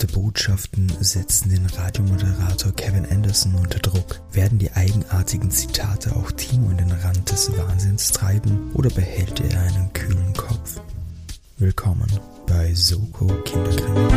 Botschaften setzen den Radiomoderator Kevin Anderson unter Druck. Werden die eigenartigen Zitate auch Timo in den Rand des Wahnsinns treiben oder behält er einen kühlen Kopf? Willkommen bei Soko Kinderkrimi.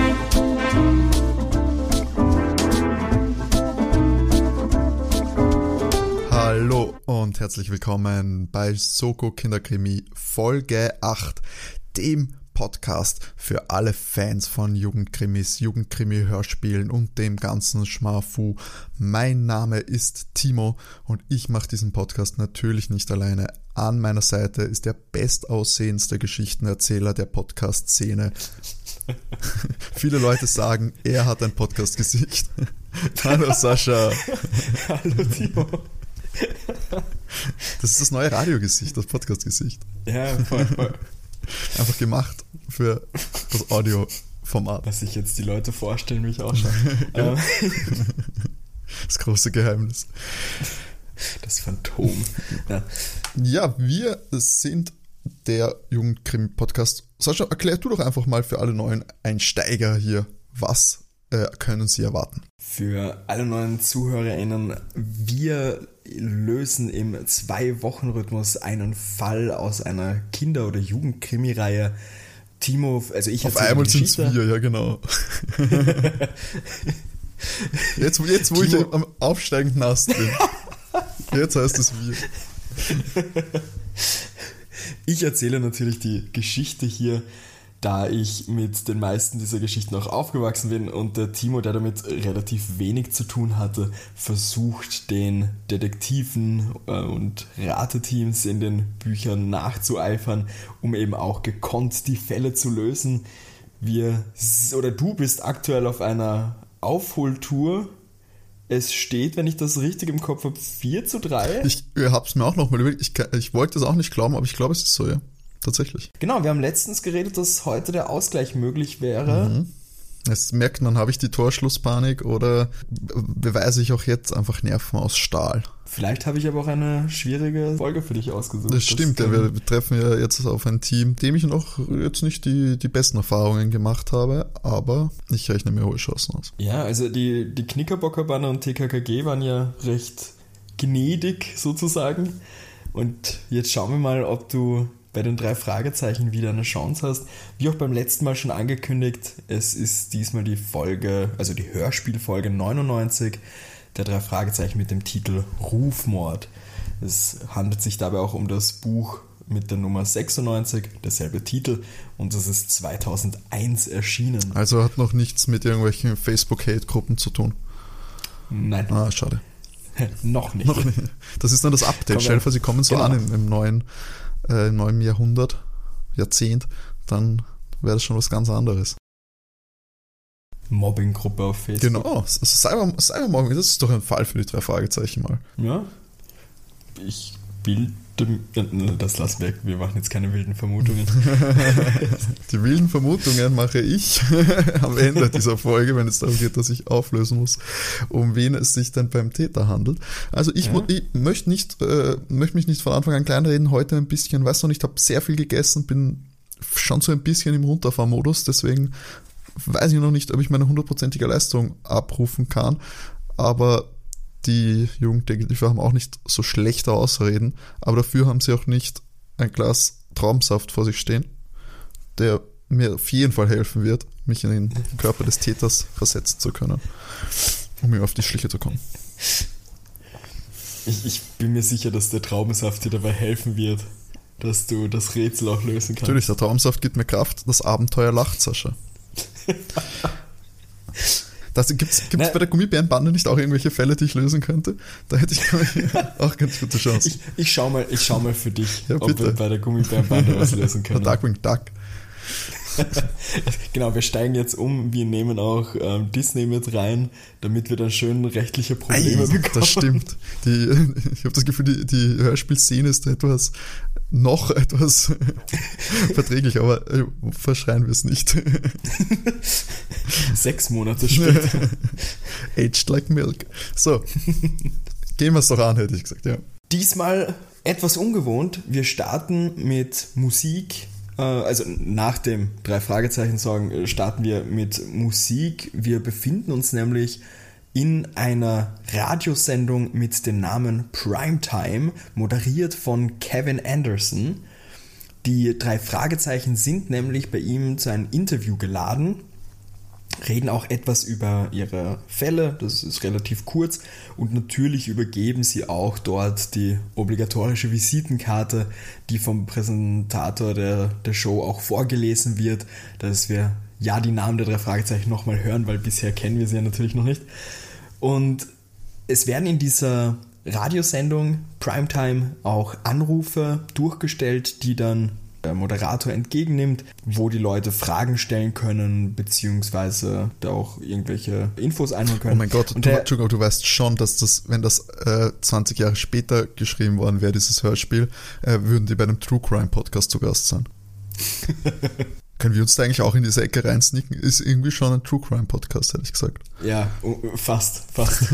Hallo und herzlich willkommen bei Soko Kinderkrimi Folge 8, dem Podcast für alle Fans von Jugendkrimis, Jugendkrimi-Hörspielen und dem ganzen Schmafu. Mein Name ist Timo und ich mache diesen Podcast natürlich nicht alleine. An meiner Seite ist der bestaussehendste Geschichtenerzähler der Podcast-Szene. Viele Leute sagen, er hat ein Podcast-Gesicht. Hallo Sascha. Hallo Timo. Das ist das neue Radiogesicht, das Podcast-Gesicht. Ja, voll. Einfach gemacht für das Audioformat. Was sich jetzt die Leute vorstellen, wie ich ausschaue. Ja. Das große Geheimnis. Das Phantom. Ja, wir sind der Jugendkrimi-Podcast. Sascha, erklär du doch einfach mal für alle neuen Einsteiger hier, was können sie erwarten? Für alle neuen ZuhörerInnen, wir lösen im 2-Wochen-Rhythmus einen Fall aus einer Kinder- oder Jugendkrimi-Reihe. Timo, also ich auf einmal sind es wir, ja genau. jetzt wo Timo, ich am aufsteigenden Ast bin. Jetzt heißt es wir. Ich erzähle natürlich die Geschichte hier, da ich mit den meisten dieser Geschichten auch aufgewachsen bin und der Timo, der damit relativ wenig zu tun hatte, versucht, den Detektiven und Rateteams in den Büchern nachzueifern, um eben auch gekonnt die Fälle zu lösen. Du bist aktuell auf einer Aufholtour. Es steht, wenn ich das richtig im Kopf habe, 4:3. Ich habe es mir auch nochmal überlegt. Ich wollte es auch nicht glauben, aber ich glaube, es ist so, ja. Tatsächlich. Genau, wir haben letztens geredet, dass heute der Ausgleich möglich wäre. Mhm. Es merkt man, habe ich die Torschlusspanik oder beweise ich auch jetzt einfach Nerven aus Stahl? Vielleicht habe ich aber auch eine schwierige Folge für dich ausgesucht. Das stimmt, ja, wir treffen ja jetzt auf ein Team, dem ich noch jetzt nicht die besten Erfahrungen gemacht habe, aber ich rechne mir hohe Chancen aus. Ja, also die Knickerbockerbande und TKKG waren ja recht gnädig sozusagen und jetzt schauen wir mal, ob du bei den 3 Fragezeichen wieder eine Chance hast. Wie auch beim letzten Mal schon angekündigt, es ist diesmal die Folge, also die Hörspielfolge 99 der 3 Fragezeichen mit dem Titel Rufmord. Es handelt sich dabei auch um das Buch mit der Nummer 96, derselbe Titel, und das ist 2001 erschienen. Also hat noch nichts mit irgendwelchen Facebook-Hate-Gruppen zu tun? Nein. Ah, schade. Noch nicht. Das ist dann das Update. Stell dir vor, sie kommen so an im neuen Jahrhundert, Jahrzehnt, dann wäre das schon was ganz anderes. Mobbing-Gruppe auf Facebook. Genau, also Cybermobbing, das ist doch ein Fall für die 3 Fragezeichen mal. Ja, ich bilde, das lassen wir machen jetzt keine wilden Vermutungen. Die wilden Vermutungen mache ich am Ende dieser Folge, wenn es darum geht, dass ich auflösen muss, um wen es sich denn beim Täter handelt. Also ich möchte mich nicht von Anfang an kleinreden, heute ein bisschen, weiß noch nicht, habe sehr viel gegessen, bin schon so ein bisschen im Runterfahrmodus, deswegen weiß ich noch nicht, ob ich meine 100%ige Leistung abrufen kann, aber die Jugenddetektive haben auch nicht so schlechte Ausreden, aber dafür haben sie auch nicht ein Glas Traubensaft vor sich stehen, der mir auf jeden Fall helfen wird, mich in den Körper des Täters versetzen zu können, um mir auf die Schliche zu kommen. Ich bin mir sicher, dass der Traubensaft dir dabei helfen wird, dass du das Rätsel auch lösen kannst. Natürlich, der Traubensaft gibt mir Kraft, das Abenteuer lacht, Sascha. Gibt's bei der Gummibärenbande nicht auch irgendwelche Fälle, die ich lösen könnte? Da hätte ich auch ganz gute Chance. Ich schau mal für dich, ja, ob wir bei der Gummibärenbande was lösen können. Darkwing Duck. Genau, wir steigen jetzt um, wir nehmen auch Disney mit rein, damit wir dann schön rechtliche Probleme bekommen. Das stimmt. Ich habe das Gefühl, die Hörspielszene ist noch etwas verträglich, aber verschreien wir es nicht. 6 Monate später. Aged like milk. So, gehen wir es doch an, hätte ich gesagt, ja. Diesmal etwas ungewohnt. Wir starten mit Musik also nach dem 3-Fragezeichen-Song starten wir mit Musik. Wir befinden uns nämlich in einer Radiosendung mit dem Namen Primetime, moderiert von Kevin Anderson. Die 3 Fragezeichen sind nämlich bei ihm zu einem Interview geladen, reden auch etwas über ihre Fälle, das ist relativ kurz, und natürlich übergeben sie auch dort die obligatorische Visitenkarte, die vom Präsentator der Show auch vorgelesen wird, dass wir ja die Namen der 3 Fragezeichen nochmal hören, weil bisher kennen wir sie ja natürlich noch nicht. Und es werden in dieser Radiosendung Primetime auch Anrufe durchgestellt, die dann der Moderator entgegennimmt, wo die Leute Fragen stellen können, beziehungsweise da auch irgendwelche Infos einholen können. Oh mein Gott, du weißt schon, dass das, wenn das 20 Jahre später geschrieben worden wäre, dieses Hörspiel, würden die bei einem True Crime Podcast zu Gast sein. Können wir uns da eigentlich auch in diese Ecke reinsneaken? Ist irgendwie schon ein True Crime Podcast, hätte ich gesagt. Ja, fast.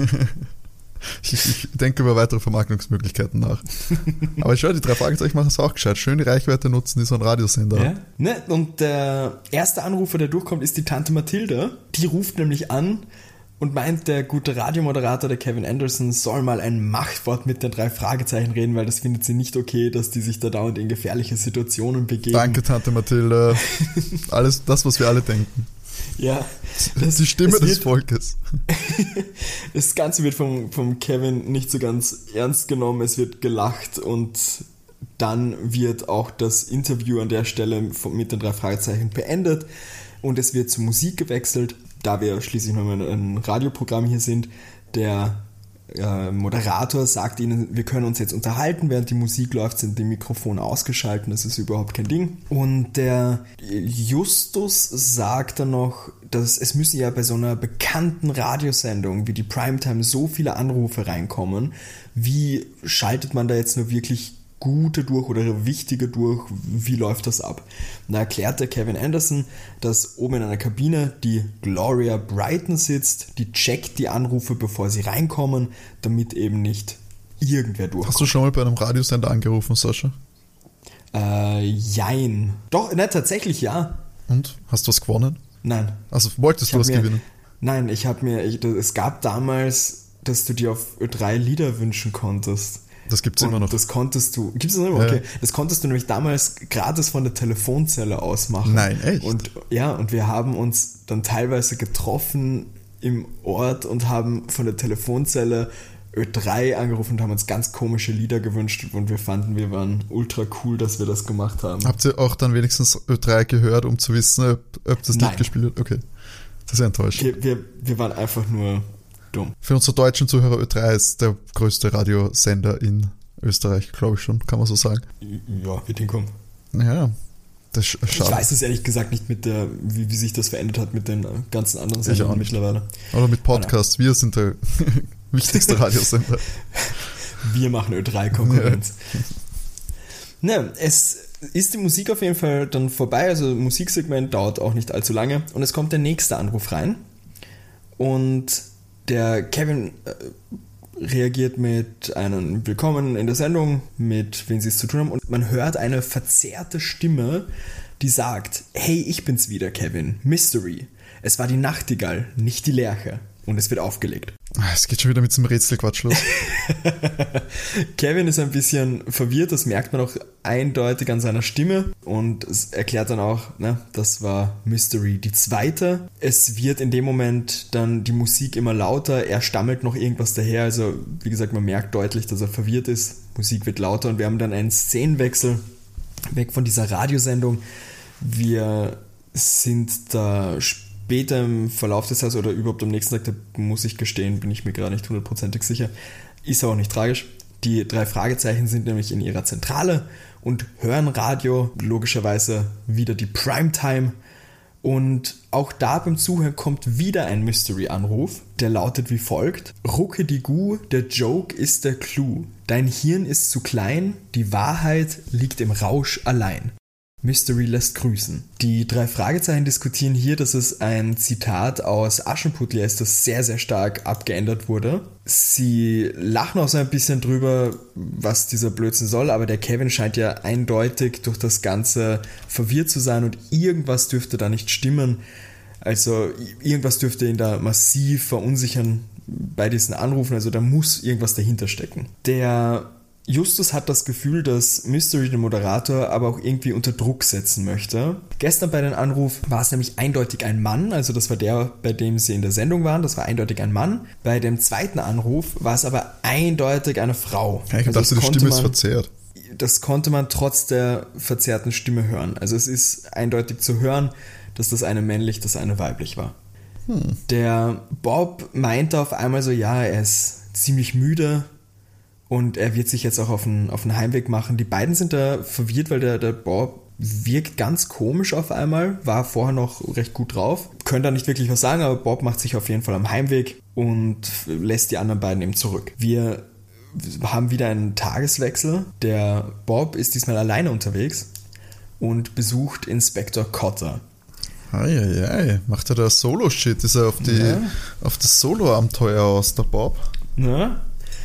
Ich denke über weitere Vermarktungsmöglichkeiten nach. Aber schau, die 3 Fragezeichen machen es auch gescheit. Schön die Reichweite nutzen, die so ein Radiosender. Ja, ne? Und der erste Anrufer, der durchkommt, ist die Tante Mathilda. Die ruft nämlich an und meint, der gute Radiomoderator, der Kevin Anderson, soll mal ein Machtwort mit den 3 Fragezeichen reden, weil das findet sie nicht okay, dass die sich da dauernd in gefährliche Situationen begeben. Danke, Tante Mathilda. Alles das, was wir alle denken. Ja. Die Stimme des Volkes. Das Ganze wird vom Kevin nicht so ganz ernst genommen, es wird gelacht und dann wird auch das Interview an der Stelle mit den 3 Fragezeichen beendet und es wird zur Musik gewechselt, da wir schließlich noch in einem Radioprogramm hier sind. Der Moderator sagt ihnen, wir können uns jetzt unterhalten, während die Musik läuft, sind die Mikrofone ausgeschaltet, das ist überhaupt kein Ding. Und der Justus sagt dann noch, dass es müssen ja bei so einer bekannten Radiosendung wie die Primetime so viele Anrufe reinkommen. Wie schaltet man da jetzt nur wirklich gute durch oder wichtige durch? Wie läuft das ab? Und da erklärt der Kevin Anderson, dass oben in einer Kabine die Gloria Brighton sitzt, die checkt die Anrufe, bevor sie reinkommen, damit eben nicht irgendwer durchkommt. Hast du schon mal bei einem Radiosender angerufen, Sascha? Jein. Doch, ne, tatsächlich ja. Und? Hast du was gewonnen? Nein. Also wolltest du was gewinnen? Nein, es gab damals, dass du dir auf 3 Lieder wünschen konntest. Das gibt's immer noch. Das konntest du, gibt's das immer? Okay. Das konntest du nämlich damals gratis von der Telefonzelle aus machen. Nein, echt? Und wir haben uns dann teilweise getroffen im Ort und haben von der Telefonzelle Ö3 angerufen und haben uns ganz komische Lieder gewünscht und wir fanden, wir waren ultra cool, dass wir das gemacht haben. Habt ihr auch dann wenigstens Ö3 gehört, um zu wissen, ob das Lied gespielt wird? Okay. Das ist ja enttäuschend. Wir waren einfach nur dumm. Für unsere deutschen Zuhörer, Ö3 ist der größte Radiosender in Österreich, glaube ich schon, kann man so sagen. Ja, wird hinkommen. Ja, das ist schade. Ich weiß es ehrlich gesagt nicht wie sich das verändert hat mit den ganzen anderen Sendern mittlerweile. Oder mit Podcasts, wir sind der wichtigste Radiosender. Wir machen Ö3-Konkurrenz. Ne, es ist die Musik auf jeden Fall dann vorbei, also Musiksegment dauert auch nicht allzu lange und es kommt der nächste Anruf rein und der Kevin reagiert mit einem Willkommen in der Sendung, mit wem sie es zu tun haben und man hört eine verzerrte Stimme, die sagt, hey, ich bin's wieder, Kevin, Mystery. Es war die Nachtigall, nicht die Lerche. Und es wird aufgelegt. Es geht schon wieder mit diesem Rätselquatsch los. Kevin ist ein bisschen verwirrt, das merkt man auch eindeutig an seiner Stimme und es erklärt dann auch, das war Mystery die zweite. Es wird in dem Moment dann die Musik immer lauter, er stammelt noch irgendwas daher, also wie gesagt, man merkt deutlich, dass er verwirrt ist. Musik wird lauter und wir haben dann einen Szenenwechsel weg von dieser Radiosendung. Wir sind da später im Verlauf des Tages oder überhaupt am nächsten Tag, da muss ich gestehen, bin ich mir gerade nicht hundertprozentig sicher. Ist aber auch nicht tragisch. Die 3 Fragezeichen sind nämlich in ihrer Zentrale und hören Radio, logischerweise wieder die Primetime. Und auch da beim Zuhören kommt wieder ein Mystery-Anruf, der lautet wie folgt. Ruckedigu, der Joke ist der Clou. Dein Hirn ist zu klein, die Wahrheit liegt im Rausch allein. Mystery lässt grüßen. Die 3 Fragezeichen diskutieren hier, dass es ein Zitat aus Aschenputtel ist, das sehr, sehr stark abgeändert wurde. Sie lachen auch so ein bisschen drüber, was dieser Blödsinn soll, aber der Kevin scheint ja eindeutig durch das Ganze verwirrt zu sein und irgendwas dürfte da nicht stimmen. Also irgendwas dürfte ihn da massiv verunsichern bei diesen Anrufen, also da muss irgendwas dahinter stecken. Der Justus hat das Gefühl, dass Mystery den Moderator aber auch irgendwie unter Druck setzen möchte. Gestern bei dem Anruf war es nämlich eindeutig ein Mann, also das war der, bei dem sie in der Sendung waren, das war eindeutig ein Mann. Bei dem zweiten Anruf war es aber eindeutig eine Frau. Ja, ich dachte, die Stimme ist verzerrt. Das konnte man trotz der verzerrten Stimme hören. Also es ist eindeutig zu hören, dass das eine männlich, das eine weiblich war. Der Bob meinte auf einmal so, ja, er ist ziemlich müde, und er wird sich jetzt auch auf den Heimweg machen. Die beiden sind da verwirrt, weil der Bob wirkt ganz komisch auf einmal, war vorher noch recht gut drauf. Können da nicht wirklich was sagen, aber Bob macht sich auf jeden Fall am Heimweg und lässt die anderen beiden eben zurück. Wir haben wieder einen Tageswechsel. Der Bob ist diesmal alleine unterwegs und besucht Inspektor Cotter. Eieiei, macht er da Solo-Shit? Ist er auf das Solo-Abenteuer aus, der Bob? Ja.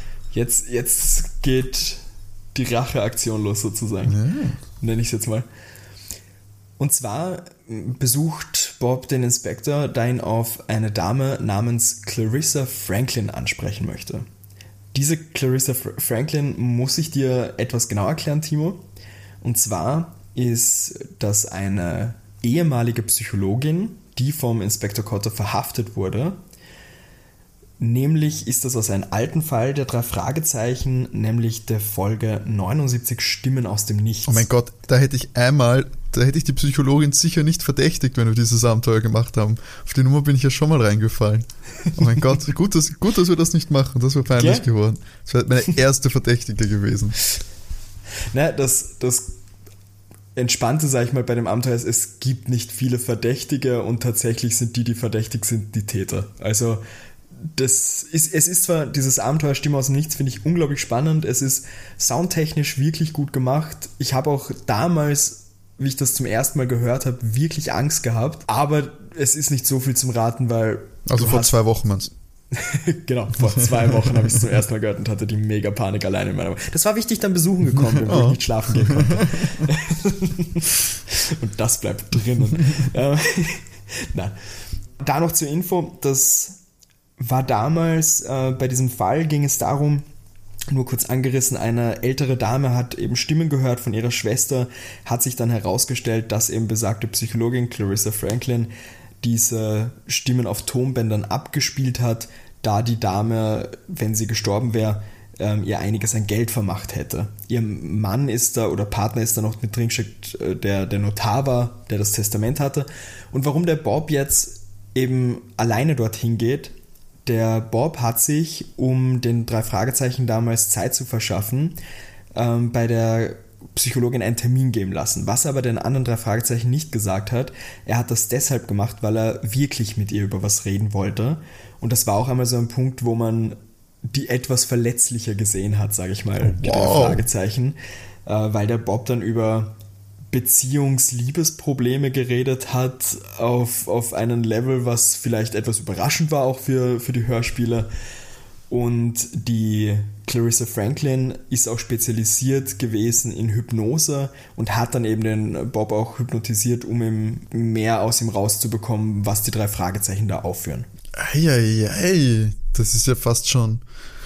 Jetzt geht die Racheaktion los sozusagen, nenne ich es jetzt mal. Und zwar besucht Bob den Inspektor, da ihn auf eine Dame namens Clarissa Franklin ansprechen möchte. Diese Clarissa Franklin muss ich dir etwas genau erklären, Timo. Und zwar ist das eine ehemalige Psychologin, die vom Inspektor Cotter verhaftet wurde. Nämlich ist das aus einem alten Fall der 3 Fragezeichen, nämlich der Folge 79 Stimmen aus dem Nichts. Oh mein Gott, da hätte ich die Psychologin sicher nicht verdächtigt, wenn wir dieses Abenteuer gemacht haben. Auf die Nummer bin ich ja schon mal reingefallen. Oh mein Gott, gut, dass wir das nicht machen, das wäre peinlich geworden. Das wäre meine erste Verdächtige gewesen. Na, das Entspannte, sag ich mal, bei dem Abenteuer ist, es gibt nicht viele Verdächtige und tatsächlich sind die verdächtig sind, die Täter. Also es ist zwar dieses Abenteuer Stimme aus dem Nichts, finde ich unglaublich spannend. Es ist soundtechnisch wirklich gut gemacht. Ich habe auch damals, wie ich das zum ersten Mal gehört habe, wirklich Angst gehabt. Aber es ist nicht so viel zum Raten, weil... Also vor 2 Wochen, meinst du? Genau, vor 2 Wochen habe ich es zum ersten Mal gehört und hatte die mega Panik alleine in meiner Wohnung. Das war wichtig, dann besuchen gekommen, wo ich nicht schlafen gehen konnte. Und das bleibt drinnen. Nein. Da noch zur Info, das war damals, bei diesem Fall ging es darum, nur kurz angerissen, eine ältere Dame hat eben Stimmen gehört von ihrer Schwester, hat sich dann herausgestellt, dass eben besagte Psychologin Clarissa Franklin diese Stimmen auf Tonbändern abgespielt hat, da die Dame, wenn sie gestorben wäre, ihr einiges an Geld vermacht hätte. Ihr Mann ist da, oder Partner ist da noch mit drin gesteckt, der Notar war, der das Testament hatte. Und warum der Bob jetzt eben alleine dorthin geht, der Bob hat sich, um den 3 Fragezeichen damals Zeit zu verschaffen, bei der Psychologin einen Termin geben lassen. Was aber den anderen 3 Fragezeichen nicht gesagt hat, er hat das deshalb gemacht, weil er wirklich mit ihr über was reden wollte. Und das war auch einmal so ein Punkt, wo man die etwas verletzlicher gesehen hat, sage ich mal, die 3 Fragezeichen, weil der Bob dann über Beziehungs-Liebesprobleme geredet hat auf einen Level, was vielleicht etwas überraschend war auch für die Hörspieler. Und die Clarissa Franklin ist auch spezialisiert gewesen in Hypnose und hat dann eben den Bob auch hypnotisiert, um ihm mehr aus ihm rauszubekommen, was die 3 Fragezeichen da aufführen. Eieiei, das ist ja fast schon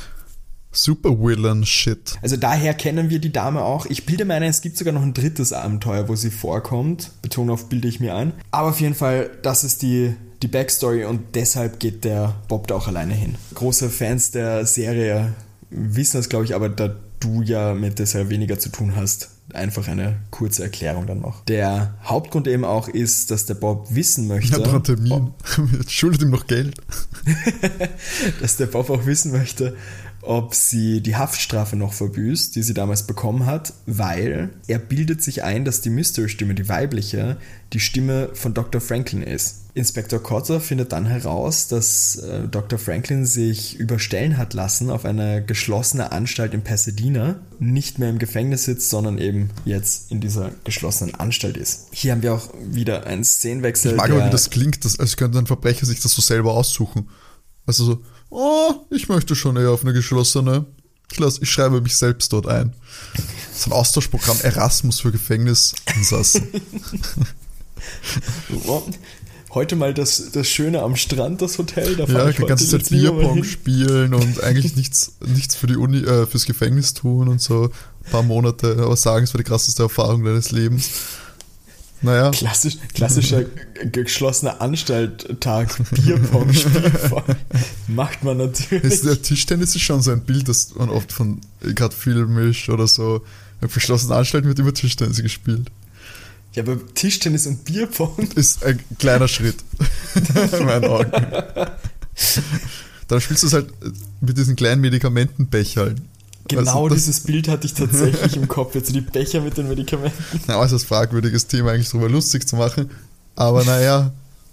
Super-Villain-Shit. Also daher kennen wir die Dame auch. Ich bilde mir ein, es gibt sogar noch ein 3. Abenteuer, wo sie vorkommt. Betonung auf bilde ich mir ein. Aber auf jeden Fall, das ist die Backstory und deshalb geht der Bob da auch alleine hin. Große Fans der Serie wissen das, glaube ich, aber da du ja mit deshalb weniger zu tun hast, einfach eine kurze Erklärung dann noch. Der Hauptgrund eben auch ist, dass der Bob wissen möchte... Ja, Termin. Schuldet ihm noch Geld. Dass der Bob auch wissen möchte, ob sie die Haftstrafe noch verbüßt, die sie damals bekommen hat, weil er bildet sich ein, dass die Mystery-Stimme, die weibliche, die Stimme von Dr. Franklin ist. Inspektor Cotter findet dann heraus, dass Dr. Franklin sich überstellen hat lassen auf eine geschlossene Anstalt in Pasadena, nicht mehr im Gefängnis sitzt, sondern eben jetzt in dieser geschlossenen Anstalt ist. Hier haben wir auch wieder einen Szenenwechsel. Ich mag aber, wie das klingt, als könnte ein Verbrecher sich das so selber aussuchen. Also so, ich möchte schon eher auf eine geschlossene. Ich schreibe mich selbst dort ein. So ein Austauschprogramm Erasmus für Gefängnisinsassen. Heute mal das Schöne am Strand, das Hotel. Da ja, die ganze Zeit Bierpong spielen und eigentlich nichts für die Uni, fürs Gefängnis tun und so ein paar Monate, aber sagen, es war die krasseste Erfahrung deines Lebens. Naja. Klassischer geschlossener Anstalttag, Bierpong-Spiel macht man natürlich. Der Tischtennis ist schon so ein Bild, das man oft von gerade filmisch oder so. Bei geschlossenen Anstalten wird immer Tischtennis gespielt. Ja, aber Tischtennis und Bierpong ist ein kleiner Schritt in meinen Augen. Dann spielst du es halt mit diesen kleinen Medikamentenbechern. Genau, also dieses Bild hatte ich tatsächlich im Kopf, jetzt die Becher mit den Medikamenten. Na, äußerst fragwürdiges Thema, eigentlich drüber lustig zu machen, aber naja.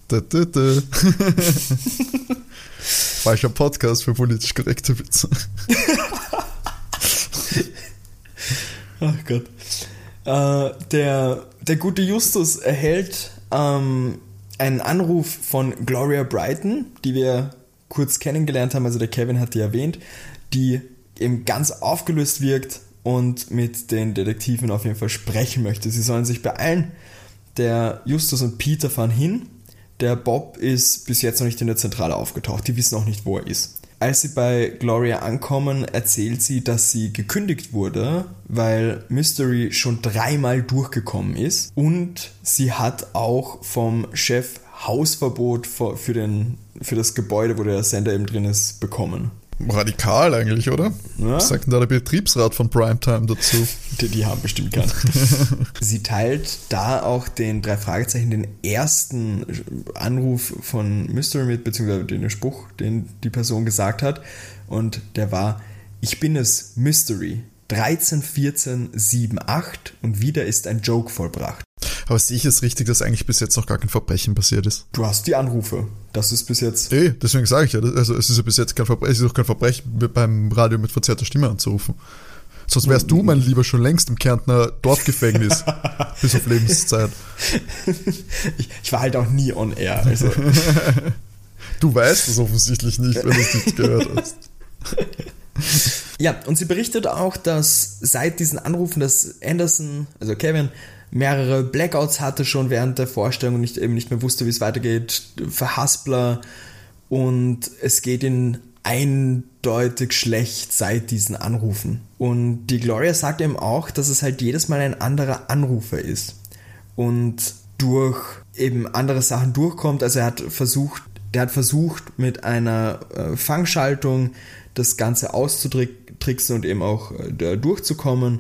Falscher Podcast für politisch korrekte Witze. Ach Gott. Der gute Justus erhält einen Anruf von Gloria Brighton, die wir kurz kennengelernt haben, also der Kevin hat die erwähnt, die eben ganz aufgelöst wirkt und mit den Detektiven auf jeden Fall sprechen möchte. Sie sollen sich beeilen. Der Justus und Peter fahren hin. Der Bob ist bis jetzt noch nicht in der Zentrale aufgetaucht. Die wissen auch nicht, wo er ist. Als sie bei Gloria ankommen, erzählt sie, dass sie gekündigt wurde, weil Mystery schon 3-mal durchgekommen ist. Und sie hat auch vom Chef Hausverbot für das Gebäude, wo der Sender eben drin ist, bekommen. Radikal eigentlich, oder? Ja. Was sagt denn da der Betriebsrat von Primetime dazu? Die haben bestimmt keinen. Sie teilt da auch den 3 Fragezeichen den ersten Anruf von Mystery mit, beziehungsweise den Spruch, den die Person gesagt hat. Und der war: Ich bin es, Mystery. 131478 und wieder ist ein Joke vollbracht. Aber sehe ich es richtig, dass eigentlich bis jetzt noch gar kein Verbrechen passiert ist? Du hast die Anrufe. Das ist bis jetzt... Deswegen sage ich ja, also es ist ja bis jetzt kein Verbrechen, es ist doch kein Verbrechen, beim Radio mit verzerrter Stimme anzurufen. Sonst wärst du, mein Lieber, schon längst im Kärntner Dorfgefängnis. Bis auf Lebenszeit. Ich war halt auch nie on air. Also. Du weißt es offensichtlich nicht, wenn du es nicht gehört hast. Ja, und sie berichtet auch, dass seit diesen Anrufen, dass Anderson, also Kevin, mehrere Blackouts hatte schon während der Vorstellung und eben nicht mehr wusste, wie es weitergeht, Verhaspler, und es geht ihm eindeutig schlecht seit diesen Anrufen. Und die Gloria sagt eben auch, dass es halt jedes Mal ein anderer Anrufer ist und durch eben andere Sachen durchkommt. Also der hat versucht mit einer Fangschaltung das Ganze auszutricksen und eben auch durchzukommen.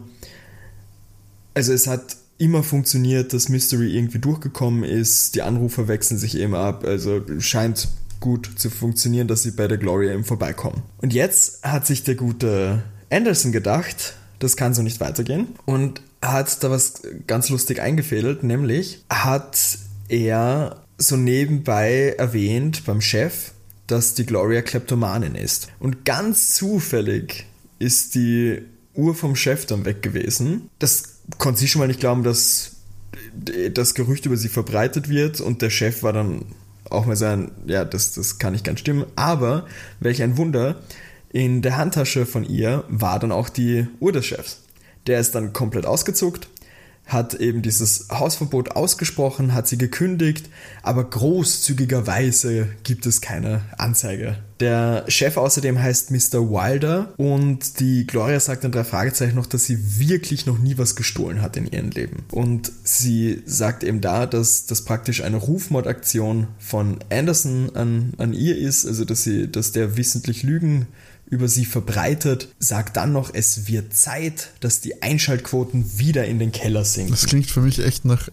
Also es hat immer funktioniert, dass Mystery irgendwie durchgekommen ist. Die Anrufer wechseln sich eben ab. Also scheint gut zu funktionieren, dass sie bei der Gloria eben vorbeikommen. Und jetzt hat sich der gute Anderson gedacht, das kann so nicht weitergehen, und hat da was ganz lustig eingefädelt, nämlich hat er so nebenbei erwähnt beim Chef, dass die Gloria Kleptomanin ist. Und ganz zufällig ist die Uhr vom Chef dann weg gewesen. Das konnte sie schon mal nicht glauben, dass das Gerücht über sie verbreitet wird, und der Chef war dann auch mal sagen, ja, das kann nicht ganz stimmen, aber welch ein Wunder, in der Handtasche von ihr war dann auch die Uhr des Chefs. Der ist dann komplett ausgezuckt, hat eben dieses Hausverbot ausgesprochen, hat sie gekündigt, aber großzügigerweise gibt es keine Anzeige. Der Chef außerdem heißt Mr. Wilder, und die Gloria sagt in 3 Fragezeichen noch, dass sie wirklich noch nie was gestohlen hat in ihrem Leben. Und sie sagt eben da, dass das praktisch eine Rufmordaktion von Anderson an ihr ist, also dass der wissentlich Lügen über sie verbreitet, sagt dann noch, es wird Zeit, dass die Einschaltquoten wieder in den Keller sinken. Das klingt für mich echt nach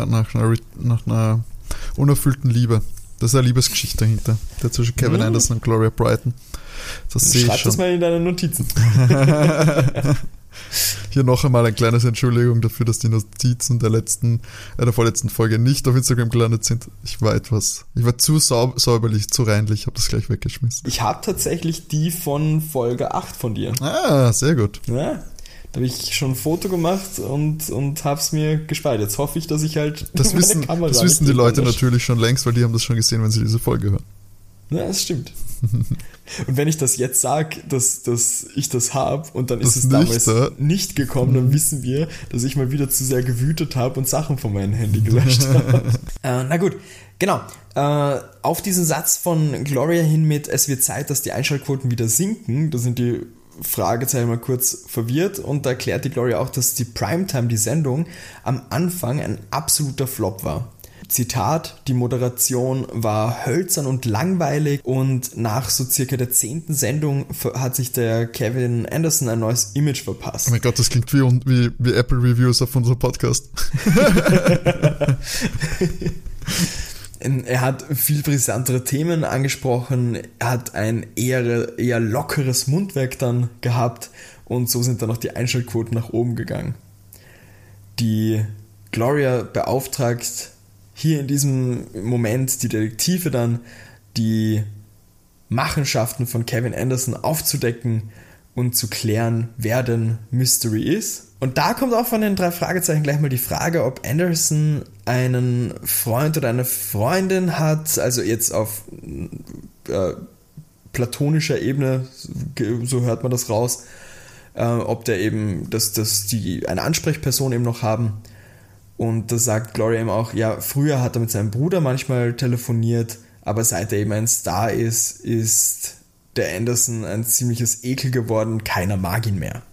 einer unerfüllten Liebe. Das ist eine Liebesgeschichte dahinter. Der zwischen Kevin Anderson und Gloria Brighton. Das sehe ich schon. Schreib das mal in deine Notizen. Hier noch einmal eine kleine Entschuldigung dafür, dass die Notizen der vorletzten Folge nicht auf Instagram gelandet sind. Ich war zu säuberlich, zu reinlich, habe das gleich weggeschmissen. Ich habe tatsächlich die von Folge 8 von dir. Ah, sehr gut. Ja, da habe ich schon ein Foto gemacht und habe es mir gespeichert. Jetzt hoffe ich, dass ich halt das wissen die Leute natürlich schon längst, weil die haben das schon gesehen, wenn sie diese Folge hören. Ja, das stimmt. Und wenn ich das jetzt sage, dass ich das habe und dann ist es damals nicht gekommen, dann wissen wir, dass ich mal wieder zu sehr gewütet habe und Sachen von meinem Handy gelöscht habe. Na gut, genau. Auf diesen Satz von Gloria hin mit "Es wird Zeit, dass die Einschaltquoten wieder sinken", da sind die Fragezeichen mal kurz verwirrt und da erklärt die Gloria auch, dass die Primetime, die Sendung, am Anfang ein absoluter Flop war. Zitat, die Moderation war hölzern und langweilig und nach so circa der 10. Sendung hat sich der Kevin Anderson ein neues Image verpasst. Oh mein Gott, das klingt wie Apple Reviews auf unserem Podcast. Er hat viel brisantere Themen angesprochen, er hat ein eher lockeres Mundwerk dann gehabt und so sind dann auch die Einschaltquoten nach oben gegangen. Die Gloria beauftragt hier in diesem Moment die Detektive dann, die Machenschaften von Kevin Anderson aufzudecken und zu klären, wer denn Mystery ist. Und da kommt auch von den 3 Fragezeichen gleich mal die Frage, ob Anderson einen Freund oder eine Freundin hat, also jetzt auf platonischer Ebene, so hört man das raus, ob der eben, dass die eine Ansprechperson eben noch haben. Und da sagt Gloria eben auch, ja, früher hat er mit seinem Bruder manchmal telefoniert, aber seit er eben ein Star ist der Anderson ein ziemliches Ekel geworden, keiner mag ihn mehr.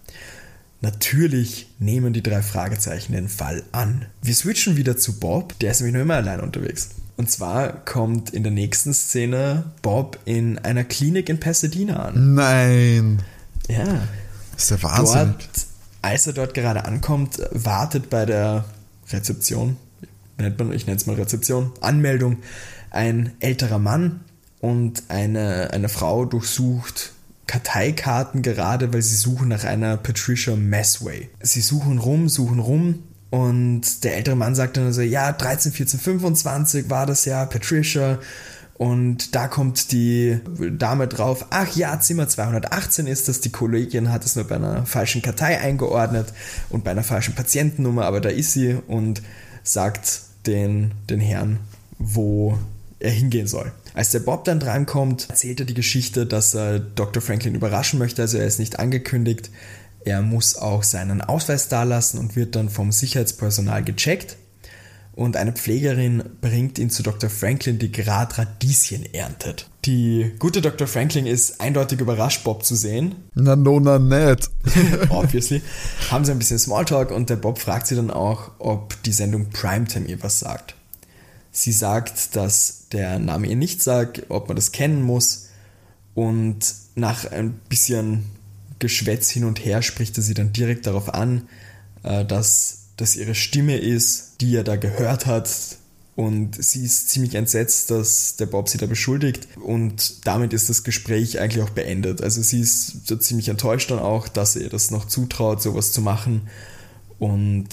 Natürlich nehmen die 3 Fragezeichen den Fall an. Wir switchen wieder zu Bob, der ist nämlich noch immer allein unterwegs. Und zwar kommt in der nächsten Szene Bob in einer Klinik in Pasadena an. Nein! Ja. Das ist der Wahnsinn. Als er dort gerade ankommt, wartet bei der Rezeption, ich nenne es mal Rezeption, Anmeldung, ein älterer Mann und eine Frau durchsucht Karteikarten gerade, weil sie suchen nach einer Patricia Messway. Sie suchen rum und der ältere Mann sagt dann so, ja, 13, 14, 25 war das ja, Patricia. Und da kommt die Dame drauf, ach ja, Zimmer 218 ist das, die Kollegin hat es nur bei einer falschen Kartei eingeordnet und bei einer falschen Patientennummer, aber da ist sie und sagt den Herrn, wo er hingehen soll. Als der Bob dann drankommt, erzählt er die Geschichte, dass er Dr. Franklin überraschen möchte, also er ist nicht angekündigt, er muss auch seinen Ausweis dalassen und wird dann vom Sicherheitspersonal gecheckt. Und eine Pflegerin bringt ihn zu Dr. Franklin, die gerade Radieschen erntet. Die gute Dr. Franklin ist eindeutig überrascht, Bob zu sehen. Na nicht. Obviously. Haben sie ein bisschen Smalltalk und der Bob fragt sie dann auch, ob die Sendung Primetime ihr was sagt. Sie sagt, dass der Name ihr nicht sagt, ob man das kennen muss. Und nach ein bisschen Geschwätz hin und her spricht er sie dann direkt darauf an, dass ihre Stimme ist, die er da gehört hat und sie ist ziemlich entsetzt, dass der Bob sie da beschuldigt und damit ist das Gespräch eigentlich auch beendet. Also sie ist so ziemlich enttäuscht dann auch, dass er ihr das noch zutraut, sowas zu machen und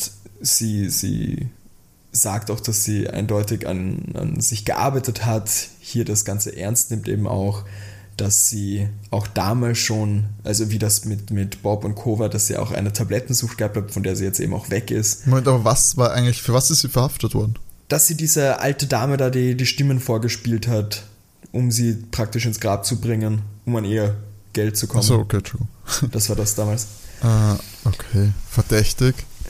sie sagt auch, dass sie eindeutig an sich gearbeitet hat, hier das Ganze ernst nimmt eben auch, dass sie auch damals schon, also wie das mit Bob und Co. war, dass sie auch eine Tablettensucht gehabt hat, von der sie jetzt eben auch weg ist. Moment, aber für was ist sie verhaftet worden? Dass sie diese alte Dame da die Stimmen vorgespielt hat, um sie praktisch ins Grab zu bringen, um an ihr Geld zu kommen. Achso, okay, true. Das war das damals. Okay, verdächtig.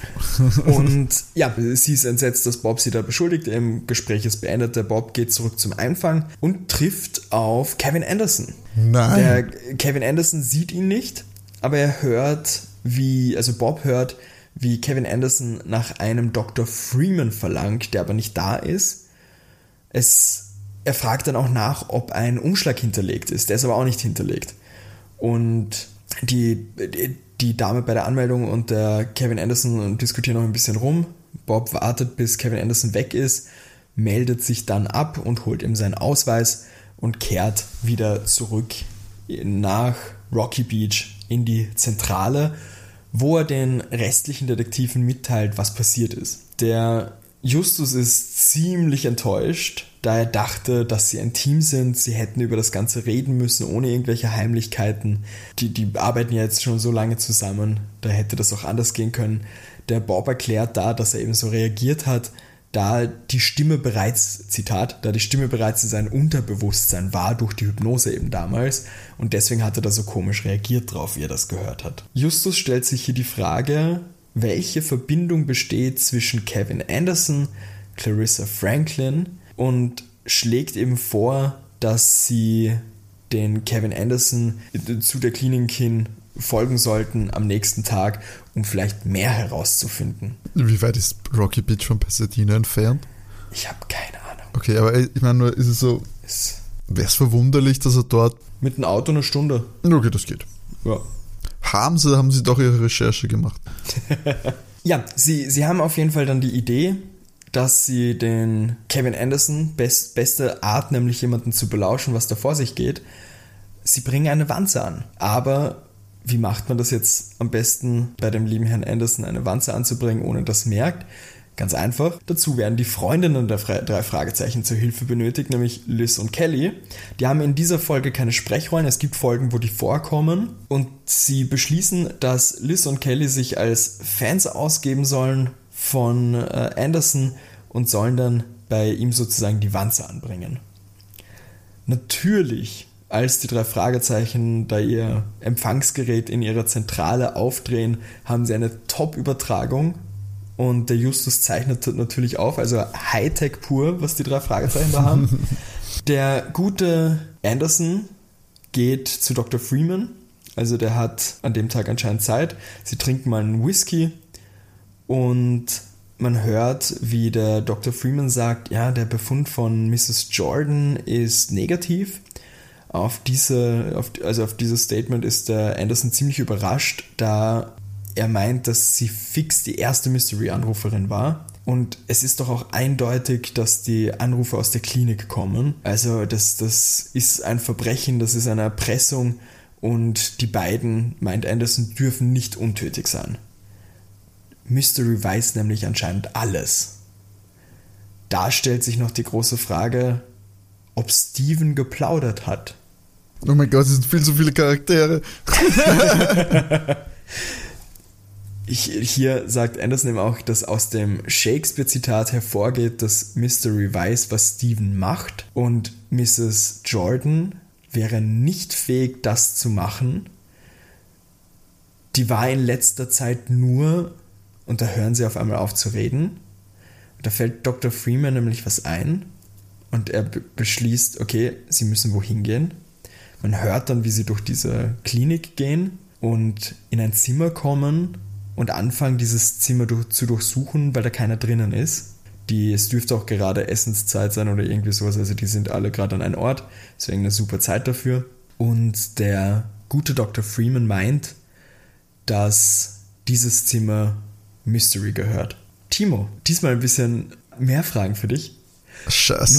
Und ja, sie ist entsetzt, dass Bob sie da beschuldigt. Im Gespräch ist beendet. Der Bob geht zurück zum Einfang und trifft auf Kevin Anderson. Nein. Der Kevin Anderson sieht ihn nicht, aber er hört, Bob hört, wie Kevin Anderson nach einem Dr. Freeman verlangt, der aber nicht da ist. Er fragt dann auch nach, ob ein Umschlag hinterlegt ist. Der ist aber auch nicht hinterlegt. Und die Dame bei der Anmeldung und der Kevin Anderson diskutieren noch ein bisschen rum. Bob wartet, bis Kevin Anderson weg ist, meldet sich dann ab und holt ihm seinen Ausweis und kehrt wieder zurück nach Rocky Beach in die Zentrale, wo er den restlichen Detektiven mitteilt, was passiert ist. Der Justus ist ziemlich enttäuscht, da er dachte, dass sie ein Team sind, sie hätten über das Ganze reden müssen, ohne irgendwelche Heimlichkeiten. Die arbeiten ja jetzt schon so lange zusammen, da hätte das auch anders gehen können. Der Bob erklärt da, dass er eben so reagiert hat, da die Stimme bereits in seinem Unterbewusstsein war, durch die Hypnose eben damals, und deswegen hat er da so komisch reagiert drauf, wie er das gehört hat. Justus stellt sich hier die Frage, welche Verbindung besteht zwischen Kevin Anderson, Clarissa Franklin, und schlägt eben vor, dass sie den Kevin Anderson zu der Klinik hin folgen sollten am nächsten Tag, um vielleicht mehr herauszufinden. Wie weit ist Rocky Beach von Pasadena entfernt? Ich habe keine Ahnung. Okay, aber ich meine nur, ist es so, wäre es verwunderlich, dass er dort... Mit dem Auto eine Stunde. Okay, das geht. Ja. Haben sie doch ihre Recherche gemacht. Ja, sie haben auf jeden Fall dann die Idee, dass sie den Kevin Anderson, beste Art, nämlich jemanden zu belauschen, was da vor sich geht, sie bringen eine Wanze an. Aber wie macht man das jetzt am besten bei dem lieben Herrn Anderson, eine Wanze anzubringen, ohne dass es merkt? Ganz einfach. Dazu werden die Freundinnen der 3 Fragezeichen zur Hilfe benötigt, nämlich Liz und Kelly. Die haben in dieser Folge keine Sprechrollen. Es gibt Folgen, wo die vorkommen. Und sie beschließen, dass Liz und Kelly sich als Fans ausgeben sollen von Anderson und sollen dann bei ihm sozusagen die Wanze anbringen. Natürlich, als die 3 Fragezeichen da ihr Empfangsgerät in ihrer Zentrale aufdrehen, haben sie eine Top-Übertragung und der Justus zeichnet natürlich auf, also Hightech pur, was die 3 Fragezeichen da haben. Der gute Anderson geht zu Dr. Freeman, also der hat an dem Tag anscheinend Zeit. Sie trinken mal einen Whisky und man hört, wie der Dr. Freeman sagt, ja, der Befund von Mrs. Jordan ist negativ. Auf dieses Statement ist der Anderson ziemlich überrascht, da er meint, dass sie fix die erste Mystery-Anruferin war. Und es ist doch auch eindeutig, dass die Anrufe aus der Klinik kommen. Also das ist ein Verbrechen, das ist eine Erpressung und die beiden, meint Anderson, dürfen nicht untötig sein. Mystery weiß nämlich anscheinend alles. Da stellt sich noch die große Frage, ob Steven geplaudert hat. Oh mein Gott, es sind viel zu viele Charaktere. Hier sagt Anderson eben auch, dass aus dem Shakespeare-Zitat hervorgeht, dass Mystery weiß, was Steven macht, und Mrs. Jordan wäre nicht fähig, das zu machen. Die war in letzter Zeit nur, und da hören sie auf einmal auf zu reden. Da fällt Dr. Freeman nämlich was ein und er beschließt, okay, sie müssen wohin gehen. Man hört dann, wie sie durch diese Klinik gehen und in ein Zimmer kommen und anfangen, dieses Zimmer zu durchsuchen, weil da keiner drinnen ist. Es dürfte auch gerade Essenszeit sein oder irgendwie sowas, also die sind alle gerade an einem Ort, deswegen eine super Zeit dafür. Und der gute Dr. Freeman meint, dass dieses Zimmer Mystery gehört. Timo, diesmal ein bisschen mehr Fragen für dich. Scheiße.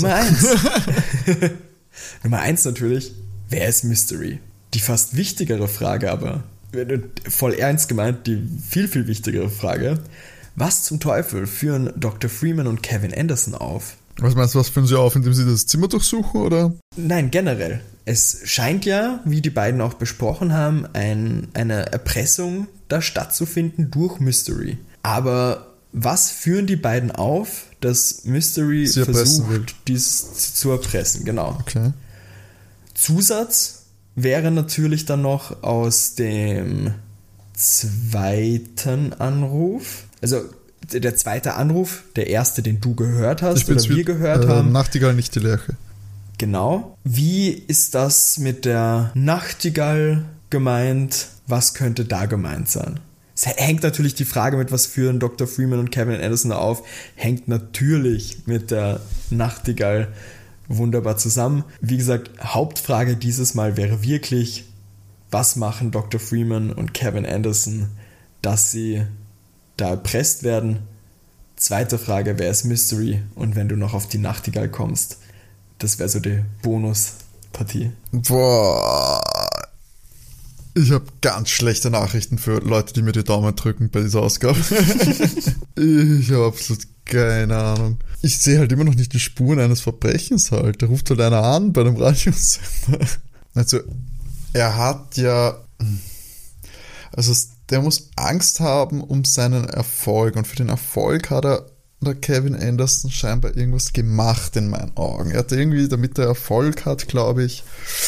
Nummer 1 natürlich, wer ist Mystery? Die fast wichtigere Frage aber, voll ernst gemeint, die viel, viel wichtigere Frage, was zum Teufel führen Dr. Freeman und Kevin Anderson auf? Was meinst du, was führen sie auf, indem sie das Zimmer durchsuchen, oder? Nein, generell. Es scheint ja, wie die beiden auch besprochen haben, eine Erpressung da stattzufinden durch Mystery. Aber was führen die beiden auf, dass Mystery versucht, dies zu erpressen? Genau. Okay. Zusatz wäre natürlich dann noch aus dem zweiten Anruf, also der zweite Anruf, der erste, den du gehört hast oder wir gehört haben. Nachtigall, nicht die Lerche. Genau. Wie ist das mit der Nachtigall gemeint? Was könnte da gemeint sein? Es hängt natürlich die Frage mit, was führen Dr. Freeman und Kevin Anderson auf, hängt natürlich mit der Nachtigall wunderbar zusammen. Wie gesagt, Hauptfrage dieses Mal wäre wirklich, was machen Dr. Freeman und Kevin Anderson, dass sie da erpresst werden? Zweite Frage, wer ist Mystery? Und wenn du noch auf die Nachtigall kommst, das wäre so die Bonuspartie. Boah. Ich habe ganz schlechte Nachrichten für Leute, die mir die Daumen drücken bei dieser Ausgabe. Ich habe absolut keine Ahnung. Ich sehe halt immer noch nicht die Spuren eines Verbrechens halt. Da ruft halt einer an bei einem Radiosender. Also, er hat ja... Also, der muss Angst haben um seinen Erfolg. Und für den Erfolg hat der Kevin Anderson scheinbar irgendwas gemacht in meinen Augen. Er hat irgendwie, damit er Erfolg hat, glaube ich...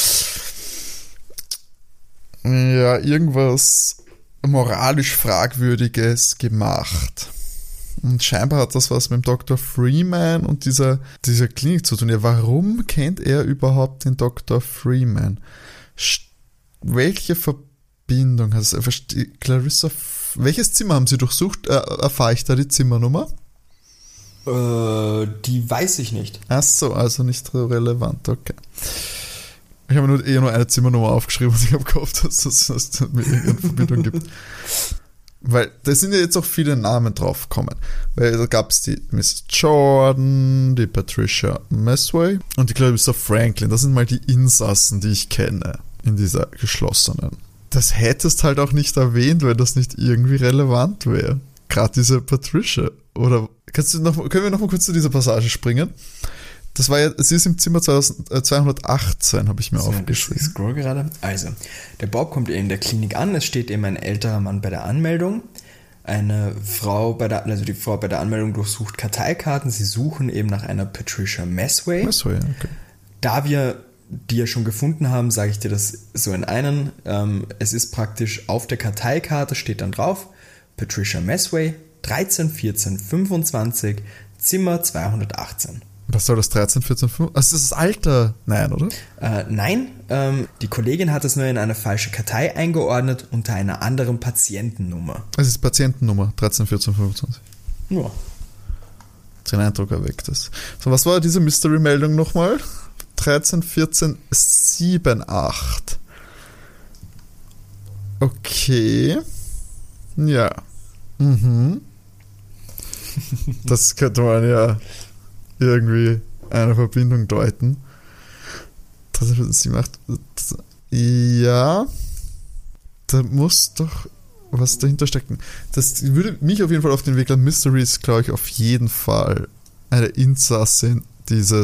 Ja, irgendwas moralisch Fragwürdiges gemacht. Und scheinbar hat das was mit dem Dr. Freeman und dieser Klinik zu tun. Ja, warum kennt er überhaupt den Dr. Freeman? Welche Verbindung hat es? Clarissa, welches Zimmer haben Sie durchsucht? Erfahre ich da die Zimmernummer? Die weiß ich nicht. Ach so, also nicht relevant, okay. Ich habe nur eine Zimmernummer aufgeschrieben und ich habe gehofft, dass es mir irgendeine Verbindung gibt. Weil da sind ja jetzt auch viele Namen drauf gekommen. Weil da gab es die Miss Jordan, die Patricia Mesway und die Clarissa Franklin. Das sind mal die Insassen, die ich kenne in dieser geschlossenen. Das hättest halt auch nicht erwähnt, weil das nicht irgendwie relevant wäre. Gerade diese Patricia. Oder können wir noch mal kurz zu dieser Passage springen? Das war ja, sie ist im Zimmer 218, habe ich mir aufgeschrieben. Ich scroll gerade. Also, der Bob kommt in der Klinik an, es steht eben ein älterer Mann bei der Anmeldung. Die Frau bei der Anmeldung durchsucht Karteikarten, sie suchen eben nach einer Patricia Mesway. Mesway, okay. Da wir die ja schon gefunden haben, sage ich dir das so in einen. Es ist praktisch auf der Karteikarte, steht dann drauf, Patricia Mesway, 13, 14, 25, Zimmer 218. Was soll das 13, 14, 15? Also ist das Alter? Nein, oder? Nein, die Kollegin hat es nur in eine falsche Kartei eingeordnet unter einer anderen Patientennummer. Es ist Patientennummer 13, 14, 25. Ja. Den Eindruck erweckt es. So, was war diese Mystery-Meldung nochmal? 13, 14, 7, 8. Okay. Ja. Das könnte man ja irgendwie eine Verbindung deuten. 13, 14, 7, 8. Ja. Da muss doch was dahinter stecken. Das würde mich auf jeden Fall auf den Weg leiten. Mystery ist, glaube ich, auf jeden Fall eine Insassin dieser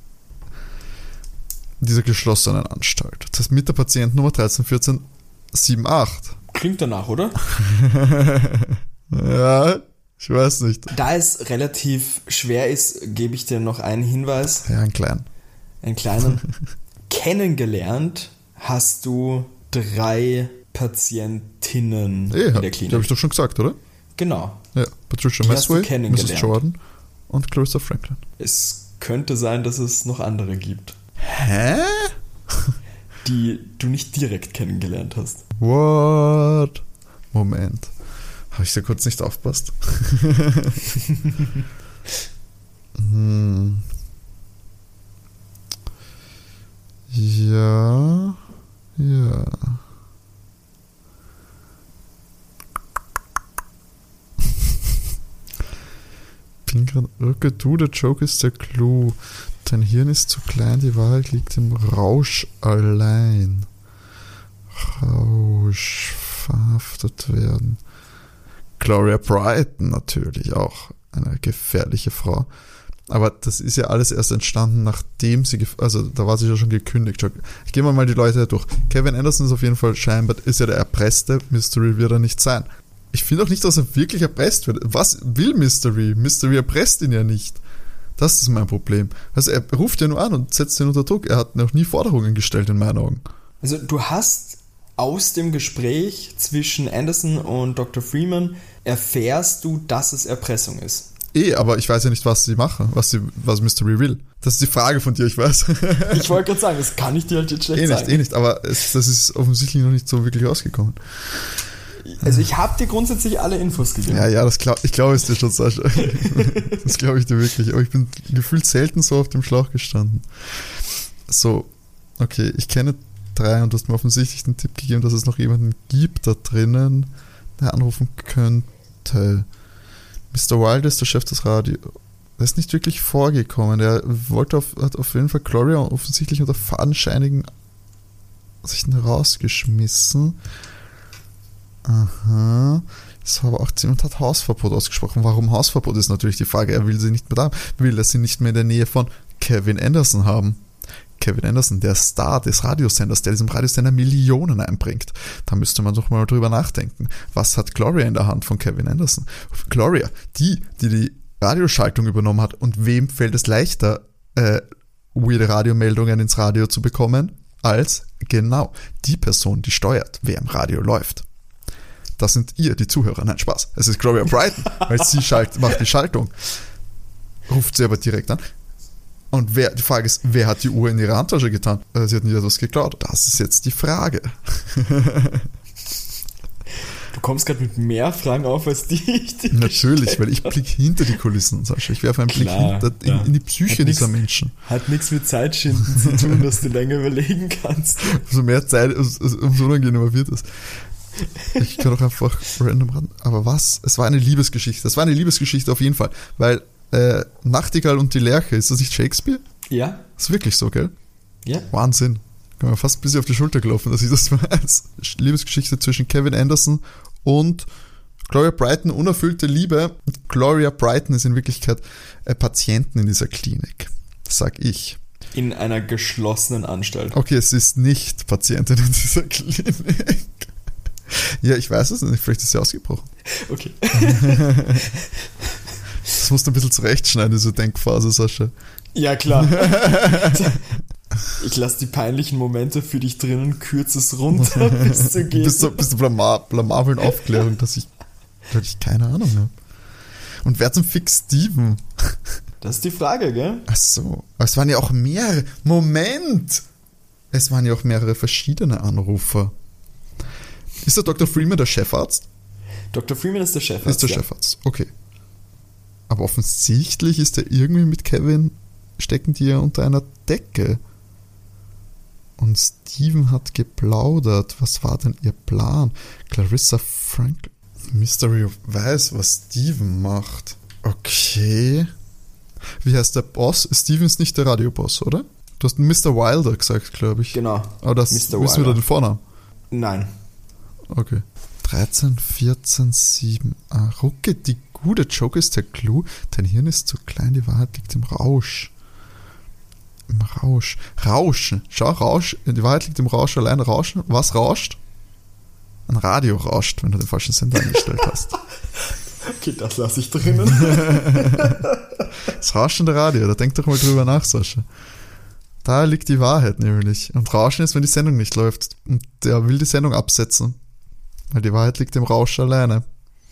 geschlossenen Anstalt. Das heißt mit der Patientennummer 13, 14, 7, 8. Klingt danach, oder? Ja, ich weiß nicht. Da es relativ schwer ist, gebe ich dir noch einen Hinweis. Ja, einen kleinen. Einen kleinen. Kennengelernt hast du 3 Patientinnen in der Klinik. Die habe ich doch schon gesagt, oder? Genau. Ja, Patricia Mesway, Mrs. Jordan und Clarissa Franklin. Es könnte sein, dass es noch andere gibt. Hä? Die du nicht direkt kennengelernt hast. What? Moment. Habe ich da kurz nicht aufgepasst? Ja. Bin gerade. Okay, du, der Joke ist der Clou. Dein Hirn ist zu klein, die Wahrheit liegt im Rausch allein. Rausch, verhaftet werden. Gloria Brighton natürlich auch eine gefährliche Frau. Aber das ist ja alles erst entstanden, nachdem sie, also da war sie ja schon gekündigt. Ich gehe mal die Leute durch. Kevin Anderson ist auf jeden Fall scheinbar, ist ja der Erpresste. Mystery wird er nicht sein. Ich finde auch nicht, dass er wirklich erpresst wird. Was will Mystery? Mystery erpresst ihn ja nicht. Das ist mein Problem. Also er ruft ja nur an und setzt ihn unter Druck. Er hat noch nie Forderungen gestellt in meinen Augen. Also du hast aus dem Gespräch zwischen Anderson und Dr. Freeman erfährst du, dass es Erpressung ist. Aber ich weiß ja nicht, was sie machen, was Mystery will. Das ist die Frage von dir, ich weiß. Ich wollte gerade sagen, das kann ich dir halt jetzt schlecht sagen. Nicht, aber das ist offensichtlich noch nicht so wirklich rausgekommen. Also ich habe dir grundsätzlich alle Infos gegeben. Ja, ich glaube es dir schon, Sascha. Das glaube ich dir wirklich. Aber ich bin gefühlt selten so auf dem Schlauch gestanden. So, okay, ich kenne 3 und du hast mir offensichtlich den Tipp gegeben, dass es noch jemanden gibt da drinnen, der anrufen könnte. Mr. Wilde ist der Chef des Radios. Der ist nicht wirklich vorgekommen. Der hat auf jeden Fall Gloria offensichtlich unter fadenscheinigen Was habe ich denn rausgeschmissen? Aha. Das war aber auch jemand hat Hausverbot ausgesprochen. Warum Hausverbot ist natürlich die Frage. Er will sie nicht mehr da. Will er sie nicht mehr in der Nähe von Kevin Anderson haben. Kevin Anderson, der Star des Radiosenders, der diesem Radiosender Millionen einbringt. Da müsste man doch mal drüber nachdenken. Was hat Gloria in der Hand von Kevin Anderson? Gloria, die Radioschaltung übernommen hat. Und wem fällt es leichter, weirde Radiomeldungen ins Radio zu bekommen, als genau die Person, die steuert, wer im Radio läuft. Das sind ihr, die Zuhörer. Nein, Spaß. Es ist Gloria Brighton, weil sie macht die Schaltung. Ruft sie aber direkt an. Und die Frage ist, wer hat die Uhr in ihre Handtasche getan? Sie hat nie etwas geklaut. Das ist jetzt die Frage. Du kommst gerade mit mehr Fragen auf, als die ich dir Natürlich, weil ich blicke hinter die Kulissen, Sascha. Ich werfe einen Blick in die Psyche dieser Menschen. Hat nichts mit Zeitschinden zu tun, dass du länger überlegen kannst. Umso mehr Zeit, umso unangenehmer wird es. Ich kann auch einfach random ran. Aber was? Es war eine Liebesgeschichte. Es war eine Liebesgeschichte auf jeden Fall. Weil Nachtigall und die Lerche, ist das nicht Shakespeare? Ja. Ist wirklich so, gell? Ja. Wahnsinn. Kann mir fast ein bisschen auf die Schulter gelaufen, dass ich das weiß. Liebesgeschichte zwischen Kevin Anderson und Gloria Brighton, unerfüllte Liebe. Gloria Brighton ist in Wirklichkeit Patientin in dieser Klinik. Das sag ich. In einer geschlossenen Anstalt. Okay, es ist nicht Patientin in dieser Klinik. Ja, ich weiß es nicht. Vielleicht ist sie ausgebrochen. Okay. Das musst du ein bisschen zurechtschneiden, diese Denkphase, Sascha. Ja, klar. Ich lasse die peinlichen Momente für dich drinnen, kürze es runter, bis zu gehen. Bist du blamabel in Aufklärung, dass ich keine Ahnung habe. Und wer zum Fix Steven? Das ist die Frage, gell? Ach so. Aber es waren ja auch mehrere. Moment! Es waren ja auch mehrere verschiedene Anrufer. Ist der Dr. Freeman der Chefarzt? Dr. Freeman ist der Chefarzt. Ist der Chefarzt, okay. Aber offensichtlich ist er irgendwie mit Kevin, stecken die ja unter einer Decke. Und Steven hat geplaudert. Was war denn ihr Plan? Clarissa Franklin. Mystery weiß, was Steven macht. Okay. Wie heißt der Boss? Steven ist nicht der Radioboss, oder? Du hast Mr. Wilder gesagt, glaube ich. Genau. Aber das wissen wir da den Vornamen? Nein. Okay. 13, 14, 7. Rucke, die gute Joke ist der Clou. Dein Hirn ist zu klein, die Wahrheit liegt im Rausch. Im Rausch. Rauschen. Schau, Rausch. Die Wahrheit liegt im Rausch allein. Rauschen. Was rauscht? Ein Radio rauscht, wenn du den falschen Sender eingestellt hast. Okay, das lasse ich drinnen. Das rauschende Radio, da denk doch mal drüber nach, Sascha. Da liegt die Wahrheit nämlich. Und Rauschen ist, wenn die Sendung nicht läuft. Und der will die Sendung absetzen. Weil die Wahrheit liegt im Rausch alleine.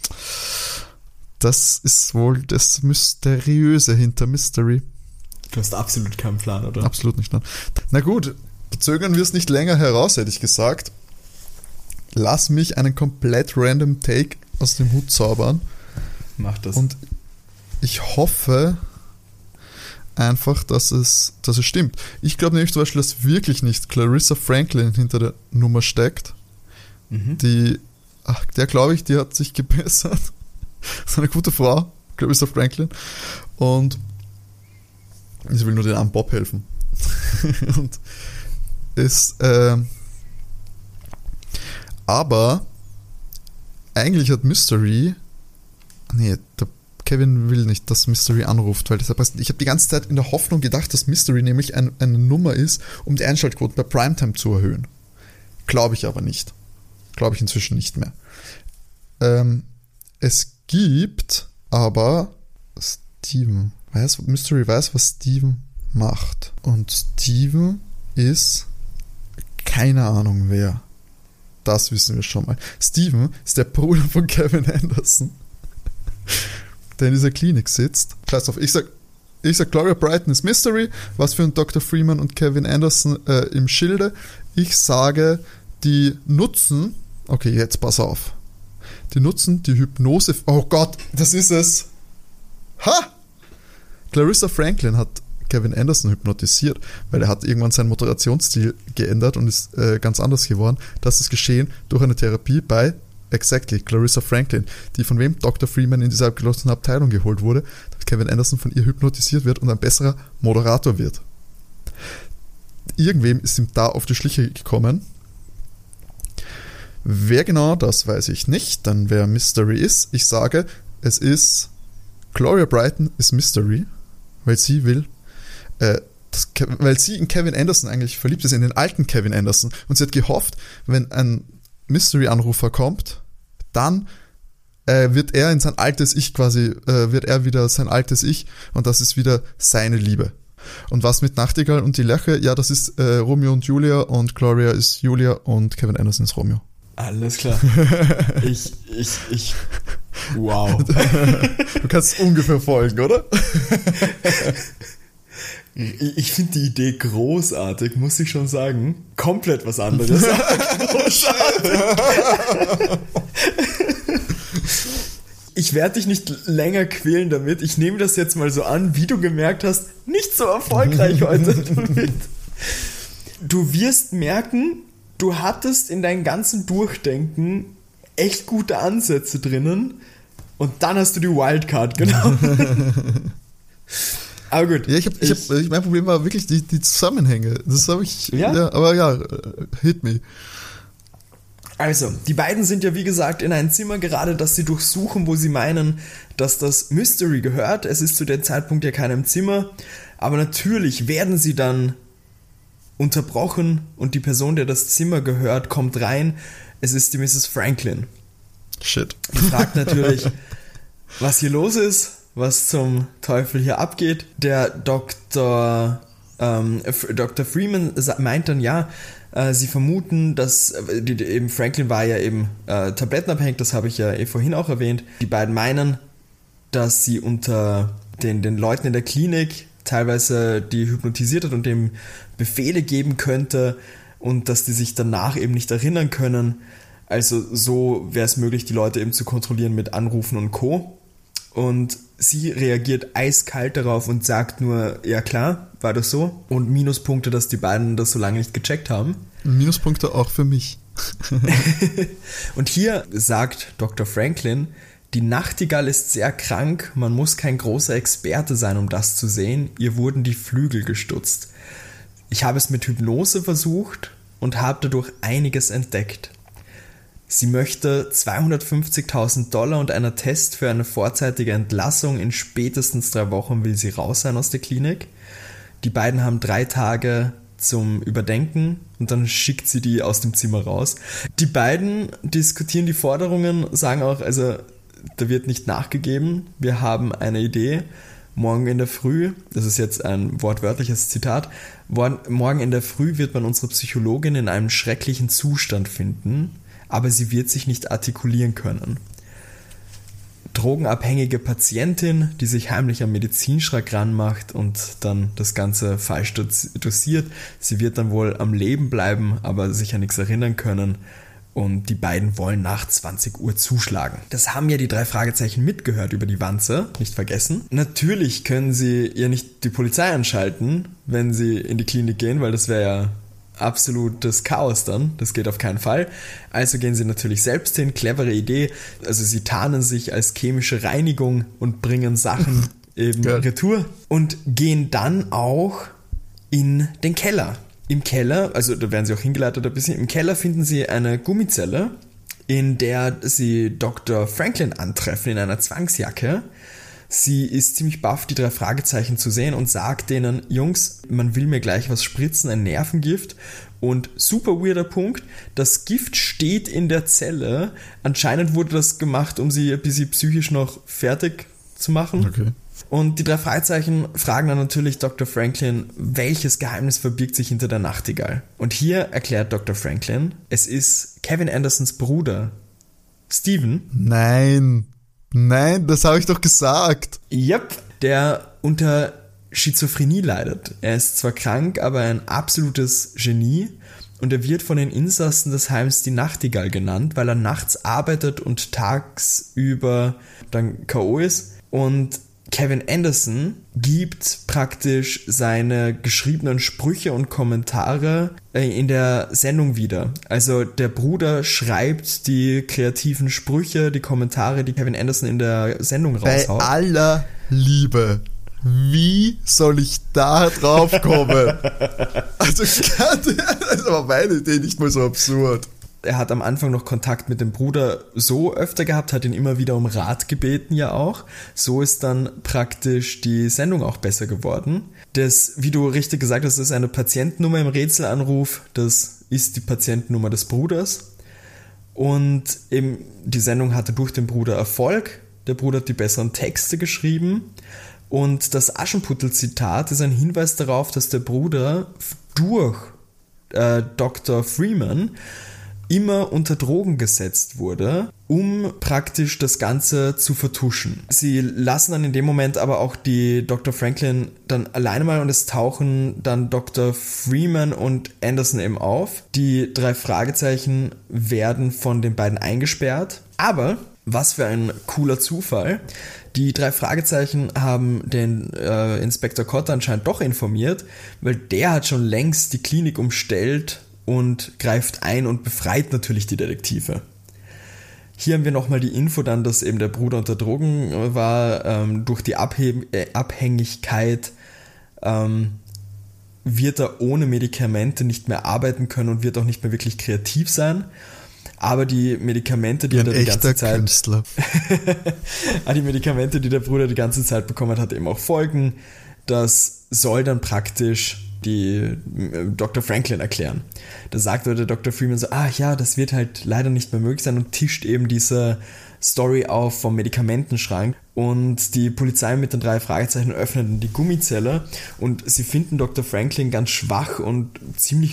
Das ist wohl das Mysteriöse hinter Mystery. Du hast absolut keinen Plan, oder? Absolut nicht. Nein. Na gut, zögern wir es nicht länger heraus, hätte ich gesagt. Lass mich einen komplett random Take aus dem Hut zaubern. Mach das. Und ich hoffe einfach, dass es stimmt. Ich glaube nämlich zum Beispiel, dass wirklich nicht Clarissa Franklin hinter der Nummer steckt. Der glaube ich, die hat sich gebessert. Das ist eine gute Frau, Clarissa Franklin. Und sie will nur den armen Bob helfen. Und aber eigentlich hat Mystery, der Kevin will nicht, dass Mystery anruft, weil ich habe die ganze Zeit in der Hoffnung gedacht, dass Mystery nämlich eine Nummer ist, um die Einschaltquoten bei Primetime zu erhöhen. Glaube ich aber nicht. Glaube ich inzwischen nicht mehr. Es gibt aber Mystery weiß, was Steven macht. Und Steven ist keine Ahnung wer. Das wissen wir schon mal. Steven ist der Bruder von Kevin Anderson, der in dieser Klinik sitzt. Scheiß drauf, ich sag Gloria Brighton ist Mystery, was für ein Dr. Freeman und Kevin Anderson im Schilde. Ich sage, die nutzen, okay, jetzt pass auf, die nutzen die Hypnose, oh Gott, das ist es. Ha! Clarissa Franklin hat Kevin Anderson hypnotisiert, weil er hat irgendwann seinen Moderationsstil geändert und ist ganz anders geworden. Das ist geschehen durch eine Therapie bei Clarissa Franklin, die von wem? Dr. Freeman in diese abgeschlossene Abteilung geholt wurde, dass Kevin Anderson von ihr hypnotisiert wird und ein besserer Moderator wird. Irgendwem ist ihm da auf die Schliche gekommen Wer genau, das weiß ich nicht. Dann wer Mystery ist, ich sage, es ist Gloria Brighton ist Mystery, weil sie will, weil sie in Kevin Anderson eigentlich verliebt ist, in den alten Kevin Anderson. Und sie hat gehofft, wenn ein Mystery-Anrufer kommt, dann wird er in sein altes Ich quasi, wird er wieder sein altes Ich und das ist wieder seine Liebe. Und was mit Nachtigall und die Lerche? Ja, das ist Romeo und Julia und Gloria ist Julia und Kevin Anderson ist Romeo. Alles klar. Wow. Du kannst es ungefähr folgen, oder? Ich finde die Idee großartig, muss ich schon sagen. Komplett was anderes. Ich werde dich nicht länger quälen damit. Ich nehme das jetzt mal so an, wie du gemerkt hast, nicht so erfolgreich heute damit. Du wirst merken, du hattest in deinem ganzen Durchdenken echt gute Ansätze drinnen und dann hast du die Wildcard genommen. Aber gut. Ja, mein Problem war wirklich die Zusammenhänge. Das habe ich. Ja, aber ja, hit me. Also, die beiden sind ja wie gesagt in ein Zimmer gerade, das sie durchsuchen, wo sie meinen, dass das Mystery gehört. Es ist zu dem Zeitpunkt ja keiner im Zimmer. Aber natürlich werden sie dann unterbrochen und die Person, der das Zimmer gehört, kommt rein. Es ist die Mrs. Franklin. Shit. Die fragt natürlich, was hier los ist, was zum Teufel hier abgeht. Der Dr. Freeman meint dann, ja, sie vermuten, dass eben Franklin war ja eben tablettenabhängig, das habe ich ja vorhin auch erwähnt. Die beiden meinen, dass sie unter den Leuten in der Klinik teilweise die hypnotisiert hat und dem Befehle geben könnte und dass die sich danach eben nicht erinnern können. Also so wäre es möglich, die Leute eben zu kontrollieren mit Anrufen und Co. Und sie reagiert eiskalt darauf und sagt nur, ja klar, war das so. Und Minuspunkte, dass die beiden das so lange nicht gecheckt haben. Minuspunkte auch für mich. Und hier sagt Dr. Franklin, die Nachtigall ist sehr krank, man muss kein großer Experte sein, um das zu sehen. Ihr wurden die Flügel gestutzt. Ich habe es mit Hypnose versucht und habe dadurch einiges entdeckt. Sie möchte $250.000 und einen Test für eine vorzeitige Entlassung. In spätestens 3 Wochen will sie raus sein aus der Klinik. Die beiden haben 3 Tage zum Überdenken und dann schickt sie die aus dem Zimmer raus. Die beiden diskutieren die Forderungen, sagen auch, also da wird nicht nachgegeben. Wir haben eine Idee. Morgen in der Früh, das ist jetzt ein wortwörtliches Zitat, morgen in der Früh wird man unsere Psychologin in einem schrecklichen Zustand finden, aber sie wird sich nicht artikulieren können. Drogenabhängige Patientin, die sich heimlich am Medizinschrank ranmacht und dann das Ganze falsch dosiert. Sie wird dann wohl am Leben bleiben, aber sich an nichts erinnern können. Und die beiden wollen nach 20 Uhr zuschlagen. Das haben ja die 3 Fragezeichen mitgehört über die Wanze, nicht vergessen. Natürlich können sie ja nicht die Polizei anschalten, wenn sie in die Klinik gehen, weil das wäre ja absolutes Chaos dann. Das geht auf keinen Fall. Also gehen sie natürlich selbst hin. Clevere Idee. Also sie tarnen sich als chemische Reinigung und bringen Sachen eben retour. Und gehen dann auch in den Keller. Im Keller, also da werden sie auch hingeleitet ein bisschen, im Keller finden sie eine Gummizelle, in der sie Dr. Franklin antreffen in einer Zwangsjacke. Sie ist ziemlich baff, die 3 Fragezeichen zu sehen und sagt denen, Jungs, man will mir gleich was spritzen, ein Nervengift. Und super weirder Punkt, das Gift steht in der Zelle. Anscheinend wurde das gemacht, um sie ein bisschen psychisch noch fertig zu machen. Okay. Und die 3 Fragezeichen fragen dann natürlich Dr. Franklin, welches Geheimnis verbirgt sich hinter der Nachtigall? Und hier erklärt Dr. Franklin, es ist Kevin Andersons Bruder, Steven. Nein, das habe ich doch gesagt. Yep, der unter Schizophrenie leidet. Er ist zwar krank, aber ein absolutes Genie. Und er wird von den Insassen des Heims die Nachtigall genannt, weil er nachts arbeitet und tagsüber dann K.O. ist. Und Kevin Anderson gibt praktisch seine geschriebenen Sprüche und Kommentare in der Sendung wieder. Also der Bruder schreibt die kreativen Sprüche, die Kommentare, die Kevin Anderson in der Sendung raushaut. Bei aller Liebe, wie soll ich da drauf kommen? Also aber meine Idee nicht mal so absurd. Er hat am Anfang noch Kontakt mit dem Bruder so öfter gehabt, hat ihn immer wieder um Rat gebeten ja auch. So ist dann praktisch die Sendung auch besser geworden. Das, wie du richtig gesagt hast, ist eine Patientennummer im Rätselanruf. Das ist die Patientennummer des Bruders. Und eben die Sendung hatte durch den Bruder Erfolg. Der Bruder hat die besseren Texte geschrieben. Und das Aschenputtel-Zitat ist ein Hinweis darauf, dass der Bruder durch Dr. Freeman immer unter Drogen gesetzt wurde, um praktisch das Ganze zu vertuschen. Sie lassen dann in dem Moment aber auch die Dr. Franklin dann alleine mal und es tauchen dann Dr. Freeman und Anderson eben auf. Die 3 Fragezeichen werden von den beiden eingesperrt, aber was für ein cooler Zufall. Die 3 Fragezeichen haben den Inspektor Cotter anscheinend doch informiert, weil der hat schon längst die Klinik umstellt und greift ein und befreit natürlich die Detektive. Hier haben wir nochmal die Info dann, dass eben der Bruder unter Drogen war. Durch die Abhängigkeit wird er ohne Medikamente nicht mehr arbeiten können und wird auch nicht mehr wirklich kreativ sein. Aber die Medikamente, die er die ganze Zeit... Künstler. Die Medikamente, die der Bruder die ganze Zeit bekommen hat, eben auch Folgen. Das soll dann praktisch die Dr. Franklin erklären. Da sagt der Dr. Freeman so, das wird halt leider nicht mehr möglich sein und tischt eben diese Story auf vom Medikamentenschrank und die Polizei mit den 3 Fragezeichen öffnen die Gummizelle und sie finden Dr. Franklin ganz schwach und ziemlich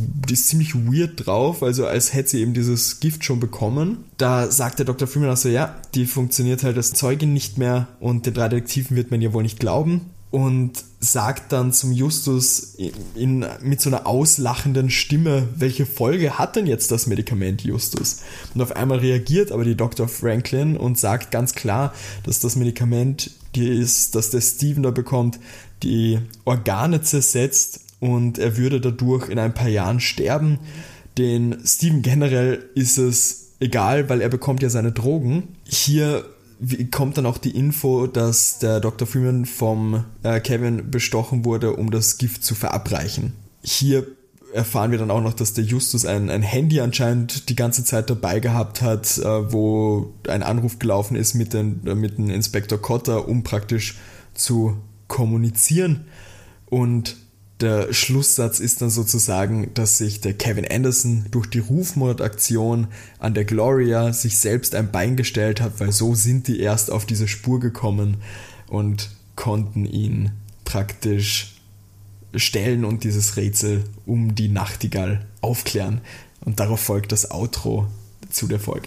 weird drauf, also als hätte sie eben dieses Gift schon bekommen. Da sagt der Dr. Freeman also, die funktioniert halt als Zeugin nicht mehr und den 3 Detektiven wird man ja wohl nicht glauben. Und sagt dann zum Justus mit so einer auslachenden Stimme, welche Folge hat denn jetzt das Medikament, Justus? Und auf einmal reagiert aber die Dr. Franklin und sagt ganz klar, dass das Medikament, das der Steven da bekommt, die Organe zersetzt und er würde dadurch in ein paar Jahren sterben. Den Steven generell ist es egal, weil er bekommt ja seine Drogen. Hier kommt dann auch die Info, dass der Dr. Freeman vom Kevin bestochen wurde, um das Gift zu verabreichen. Hier erfahren wir dann auch noch, dass der Justus ein Handy anscheinend die ganze Zeit dabei gehabt hat, wo ein Anruf gelaufen ist mit dem Inspektor Cotter, um praktisch zu kommunizieren. Und der Schlusssatz ist dann sozusagen, dass sich der Kevin Anderson durch die Rufmordaktion an der Gloria sich selbst ein Bein gestellt hat, weil so sind die erst auf diese Spur gekommen und konnten ihn praktisch stellen und dieses Rätsel um die Nachtigall aufklären. Und darauf folgt das Outro zu der Folge.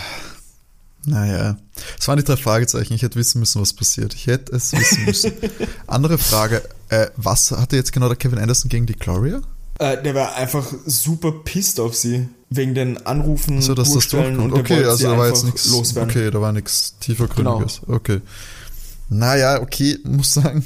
Naja, es waren die 3 Fragezeichen. Ich hätte wissen müssen, was passiert. Ich hätte es wissen müssen. Andere Frage, was hatte jetzt genau der Kevin Anderson gegen die Gloria? Der war einfach super pissed auf sie. Wegen den Anrufen, so, dass das und okay, also da war jetzt nichts loswerden. Okay, da war nichts tiefergründiges. Genau. Okay. Naja, okay, muss sagen.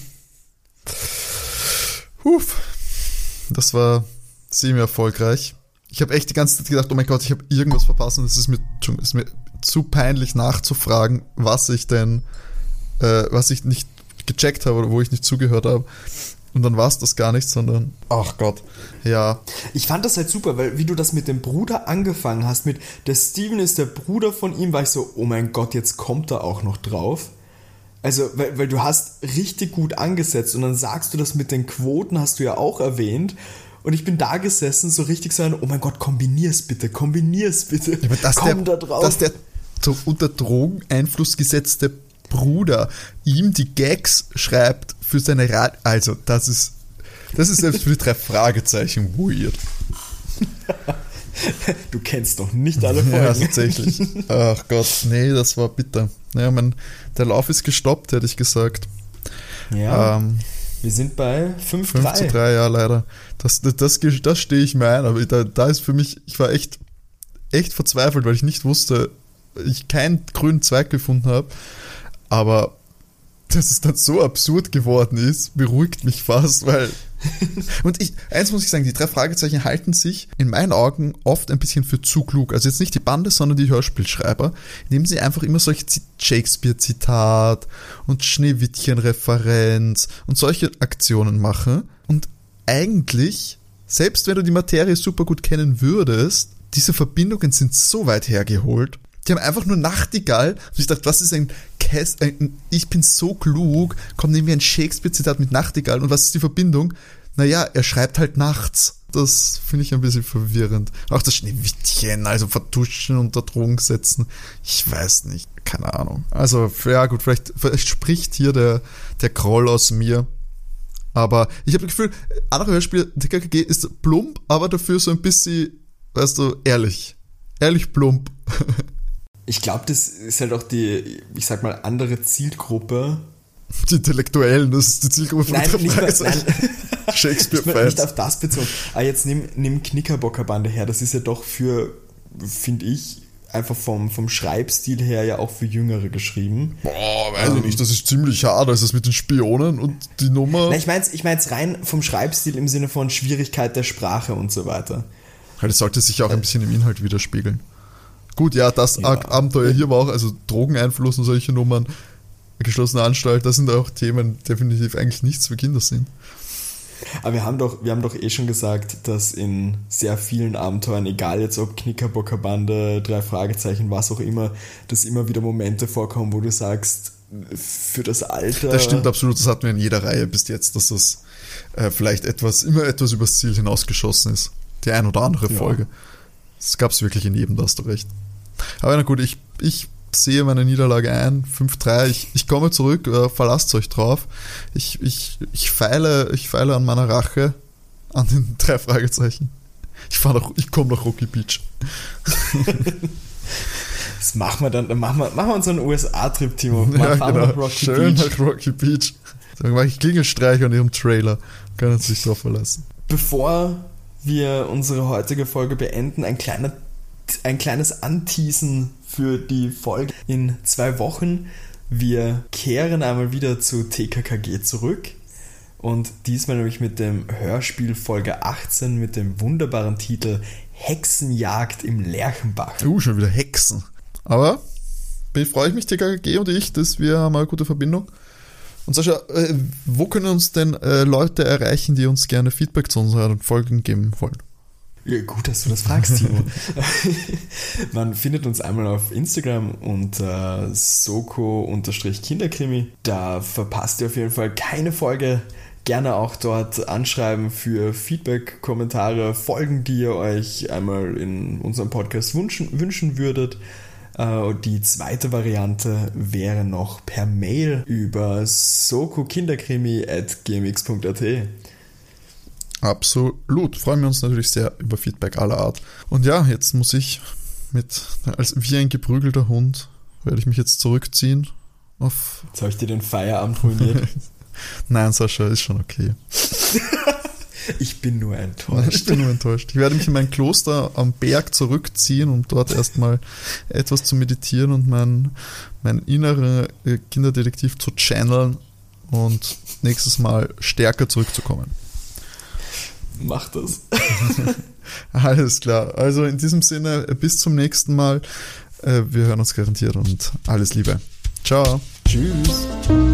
Das war ziemlich erfolgreich. Ich habe echt die ganze Zeit gedacht, oh mein Gott, ich habe irgendwas verpasst und es ist mir zu peinlich nachzufragen, was ich nicht gecheckt habe oder wo ich nicht zugehört habe. Und dann war es das gar nicht, sondern, ach Gott, ja. Ich fand das halt super, weil wie du das mit dem Bruder angefangen hast, mit der Steven ist der Bruder von ihm, war ich so, oh mein Gott, jetzt kommt er auch noch drauf. Also, weil du hast richtig gut angesetzt und dann sagst du das mit den Quoten, hast du ja auch erwähnt. Und ich bin da gesessen, so richtig so, oh mein Gott, kombinier's bitte. Ja, aber da drauf. Dass der unter Drogeneinfluss gesetzte Bruder ihm die Gags schreibt für seine also das ist selbst für die 3 Fragezeichen weird. Du kennst doch nicht alle Folgen. Ja, tatsächlich. Ach Gott, nee, das war bitter. Ja, der Lauf ist gestoppt, hätte ich gesagt. Ja. Wir sind bei 5:3. 5:3, ja, leider. Das stehe ich mir ein, aber da ist für mich, ich war echt verzweifelt, weil ich nicht wusste, ich keinen grünen Zweig gefunden habe, aber dass es dann so absurd geworden ist, beruhigt mich fast, weil und eins muss ich sagen, die 3 Fragezeichen halten sich in meinen Augen oft ein bisschen für zu klug. Also jetzt nicht die Bande, sondern die Hörspielschreiber, indem sie einfach immer solche Shakespeare-Zitat und Schneewittchen-Referenz und solche Aktionen machen. Und eigentlich, selbst wenn du die Materie super gut kennen würdest, diese Verbindungen sind so weit hergeholt. Die haben einfach nur Nachtigall. Und ich dachte, was ist ich bin so klug, kommt irgendwie ein Shakespeare-Zitat mit Nachtigall. Und was ist die Verbindung? Naja, er schreibt halt nachts. Das finde ich ein bisschen verwirrend. Auch das Schneewittchen, also vertuschen, unter Drogen setzen. Ich weiß nicht, keine Ahnung. Also, ja gut, vielleicht spricht hier der Groll aus mir. Aber ich habe das Gefühl, andere Hörspiele, TKKG ist plump, aber dafür so ein bisschen, weißt du, ehrlich. Ehrlich plump. Ich glaube, das ist halt auch die, ich sag mal, andere Zielgruppe. Die Intellektuellen, das ist die Zielgruppe von der Fragezeichen. Shakespeare-Fans. Nicht auf das bezogen. Aber jetzt nimm Knickerbockerbande her. Das ist ja doch für, finde ich, einfach vom Schreibstil her ja auch für Jüngere geschrieben. Boah, weiß ich nicht, das ist ziemlich hart. Das ist mit den Spionen und die Nummer. Na, ich mein's rein vom Schreibstil im Sinne von Schwierigkeit der Sprache und so weiter. Das sollte sich auch ein bisschen im Inhalt widerspiegeln. Gut, ja, das Abenteuer hier war auch, also Drogeneinfluss und solche Nummern, geschlossene Anstalt, das sind auch Themen, die definitiv eigentlich nichts für Kinder sind. Aber wir haben doch eh schon gesagt, dass in sehr vielen Abenteuern, egal jetzt ob Knickerbockerbande, 3 Fragezeichen, was auch immer, dass immer wieder Momente vorkommen, wo du sagst, für das Alter... Das stimmt absolut, das hatten wir in jeder Reihe bis jetzt, dass das vielleicht immer etwas übers Ziel hinausgeschossen ist. Die ein oder andere Folge. Das gab es wirklich in jedem, da hast du recht. Aber na gut, ich sehe meine Niederlage ein, 5-3, ich komme zurück, verlasst euch drauf. Ich feile an meiner Rache, an den 3 Fragezeichen. Ich komme nach Rocky Beach. Das machen wir dann machen wir uns einen USA-Trip, Timo. Ja, genau. Schön nach Rocky Beach. Dann mache ich Klingelstreich an ihrem Trailer. Können Sie sich drauf verlassen. Bevor wir unsere heutige Folge beenden, ein kleines Anteasen für die Folge in 2 Wochen. Wir kehren einmal wieder zu TKKG zurück und diesmal nämlich mit dem Hörspiel Folge 18 mit dem wunderbaren Titel Hexenjagd im Lerchenbach. Schon wieder Hexen. Aber freue ich mich, TKKG und ich, dass wir haben eine gute Verbindung. Und Sascha, wo können uns denn Leute erreichen, die uns gerne Feedback zu unseren Folgen geben wollen? Ja, gut, dass du das fragst, Timo. Man findet uns einmal auf Instagram unter soko_kinderkrimi. Da verpasst ihr auf jeden Fall keine Folge. Gerne auch dort anschreiben für Feedback, Kommentare, Folgen, die ihr euch einmal in unserem Podcast wünschen würdet. Die zweite Variante wäre noch per Mail über sokokinderkrimi@gmx.at. Absolut. Freuen wir uns natürlich sehr über Feedback aller Art. Und ja, jetzt muss ich wie ein geprügelter Hund, werde ich mich jetzt zurückziehen. Jetzt habe ich dir den Feierabend ruiniert. Nein, Sascha, ist schon okay. Ich bin nur enttäuscht. Ich werde mich in mein Kloster am Berg zurückziehen, um dort erstmal etwas zu meditieren und mein innerer Kinderdetektiv zu channeln und nächstes Mal stärker zurückzukommen. Mach das. Alles klar. Also in diesem Sinne, bis zum nächsten Mal. Wir hören uns garantiert und alles Liebe. Ciao. Tschüss.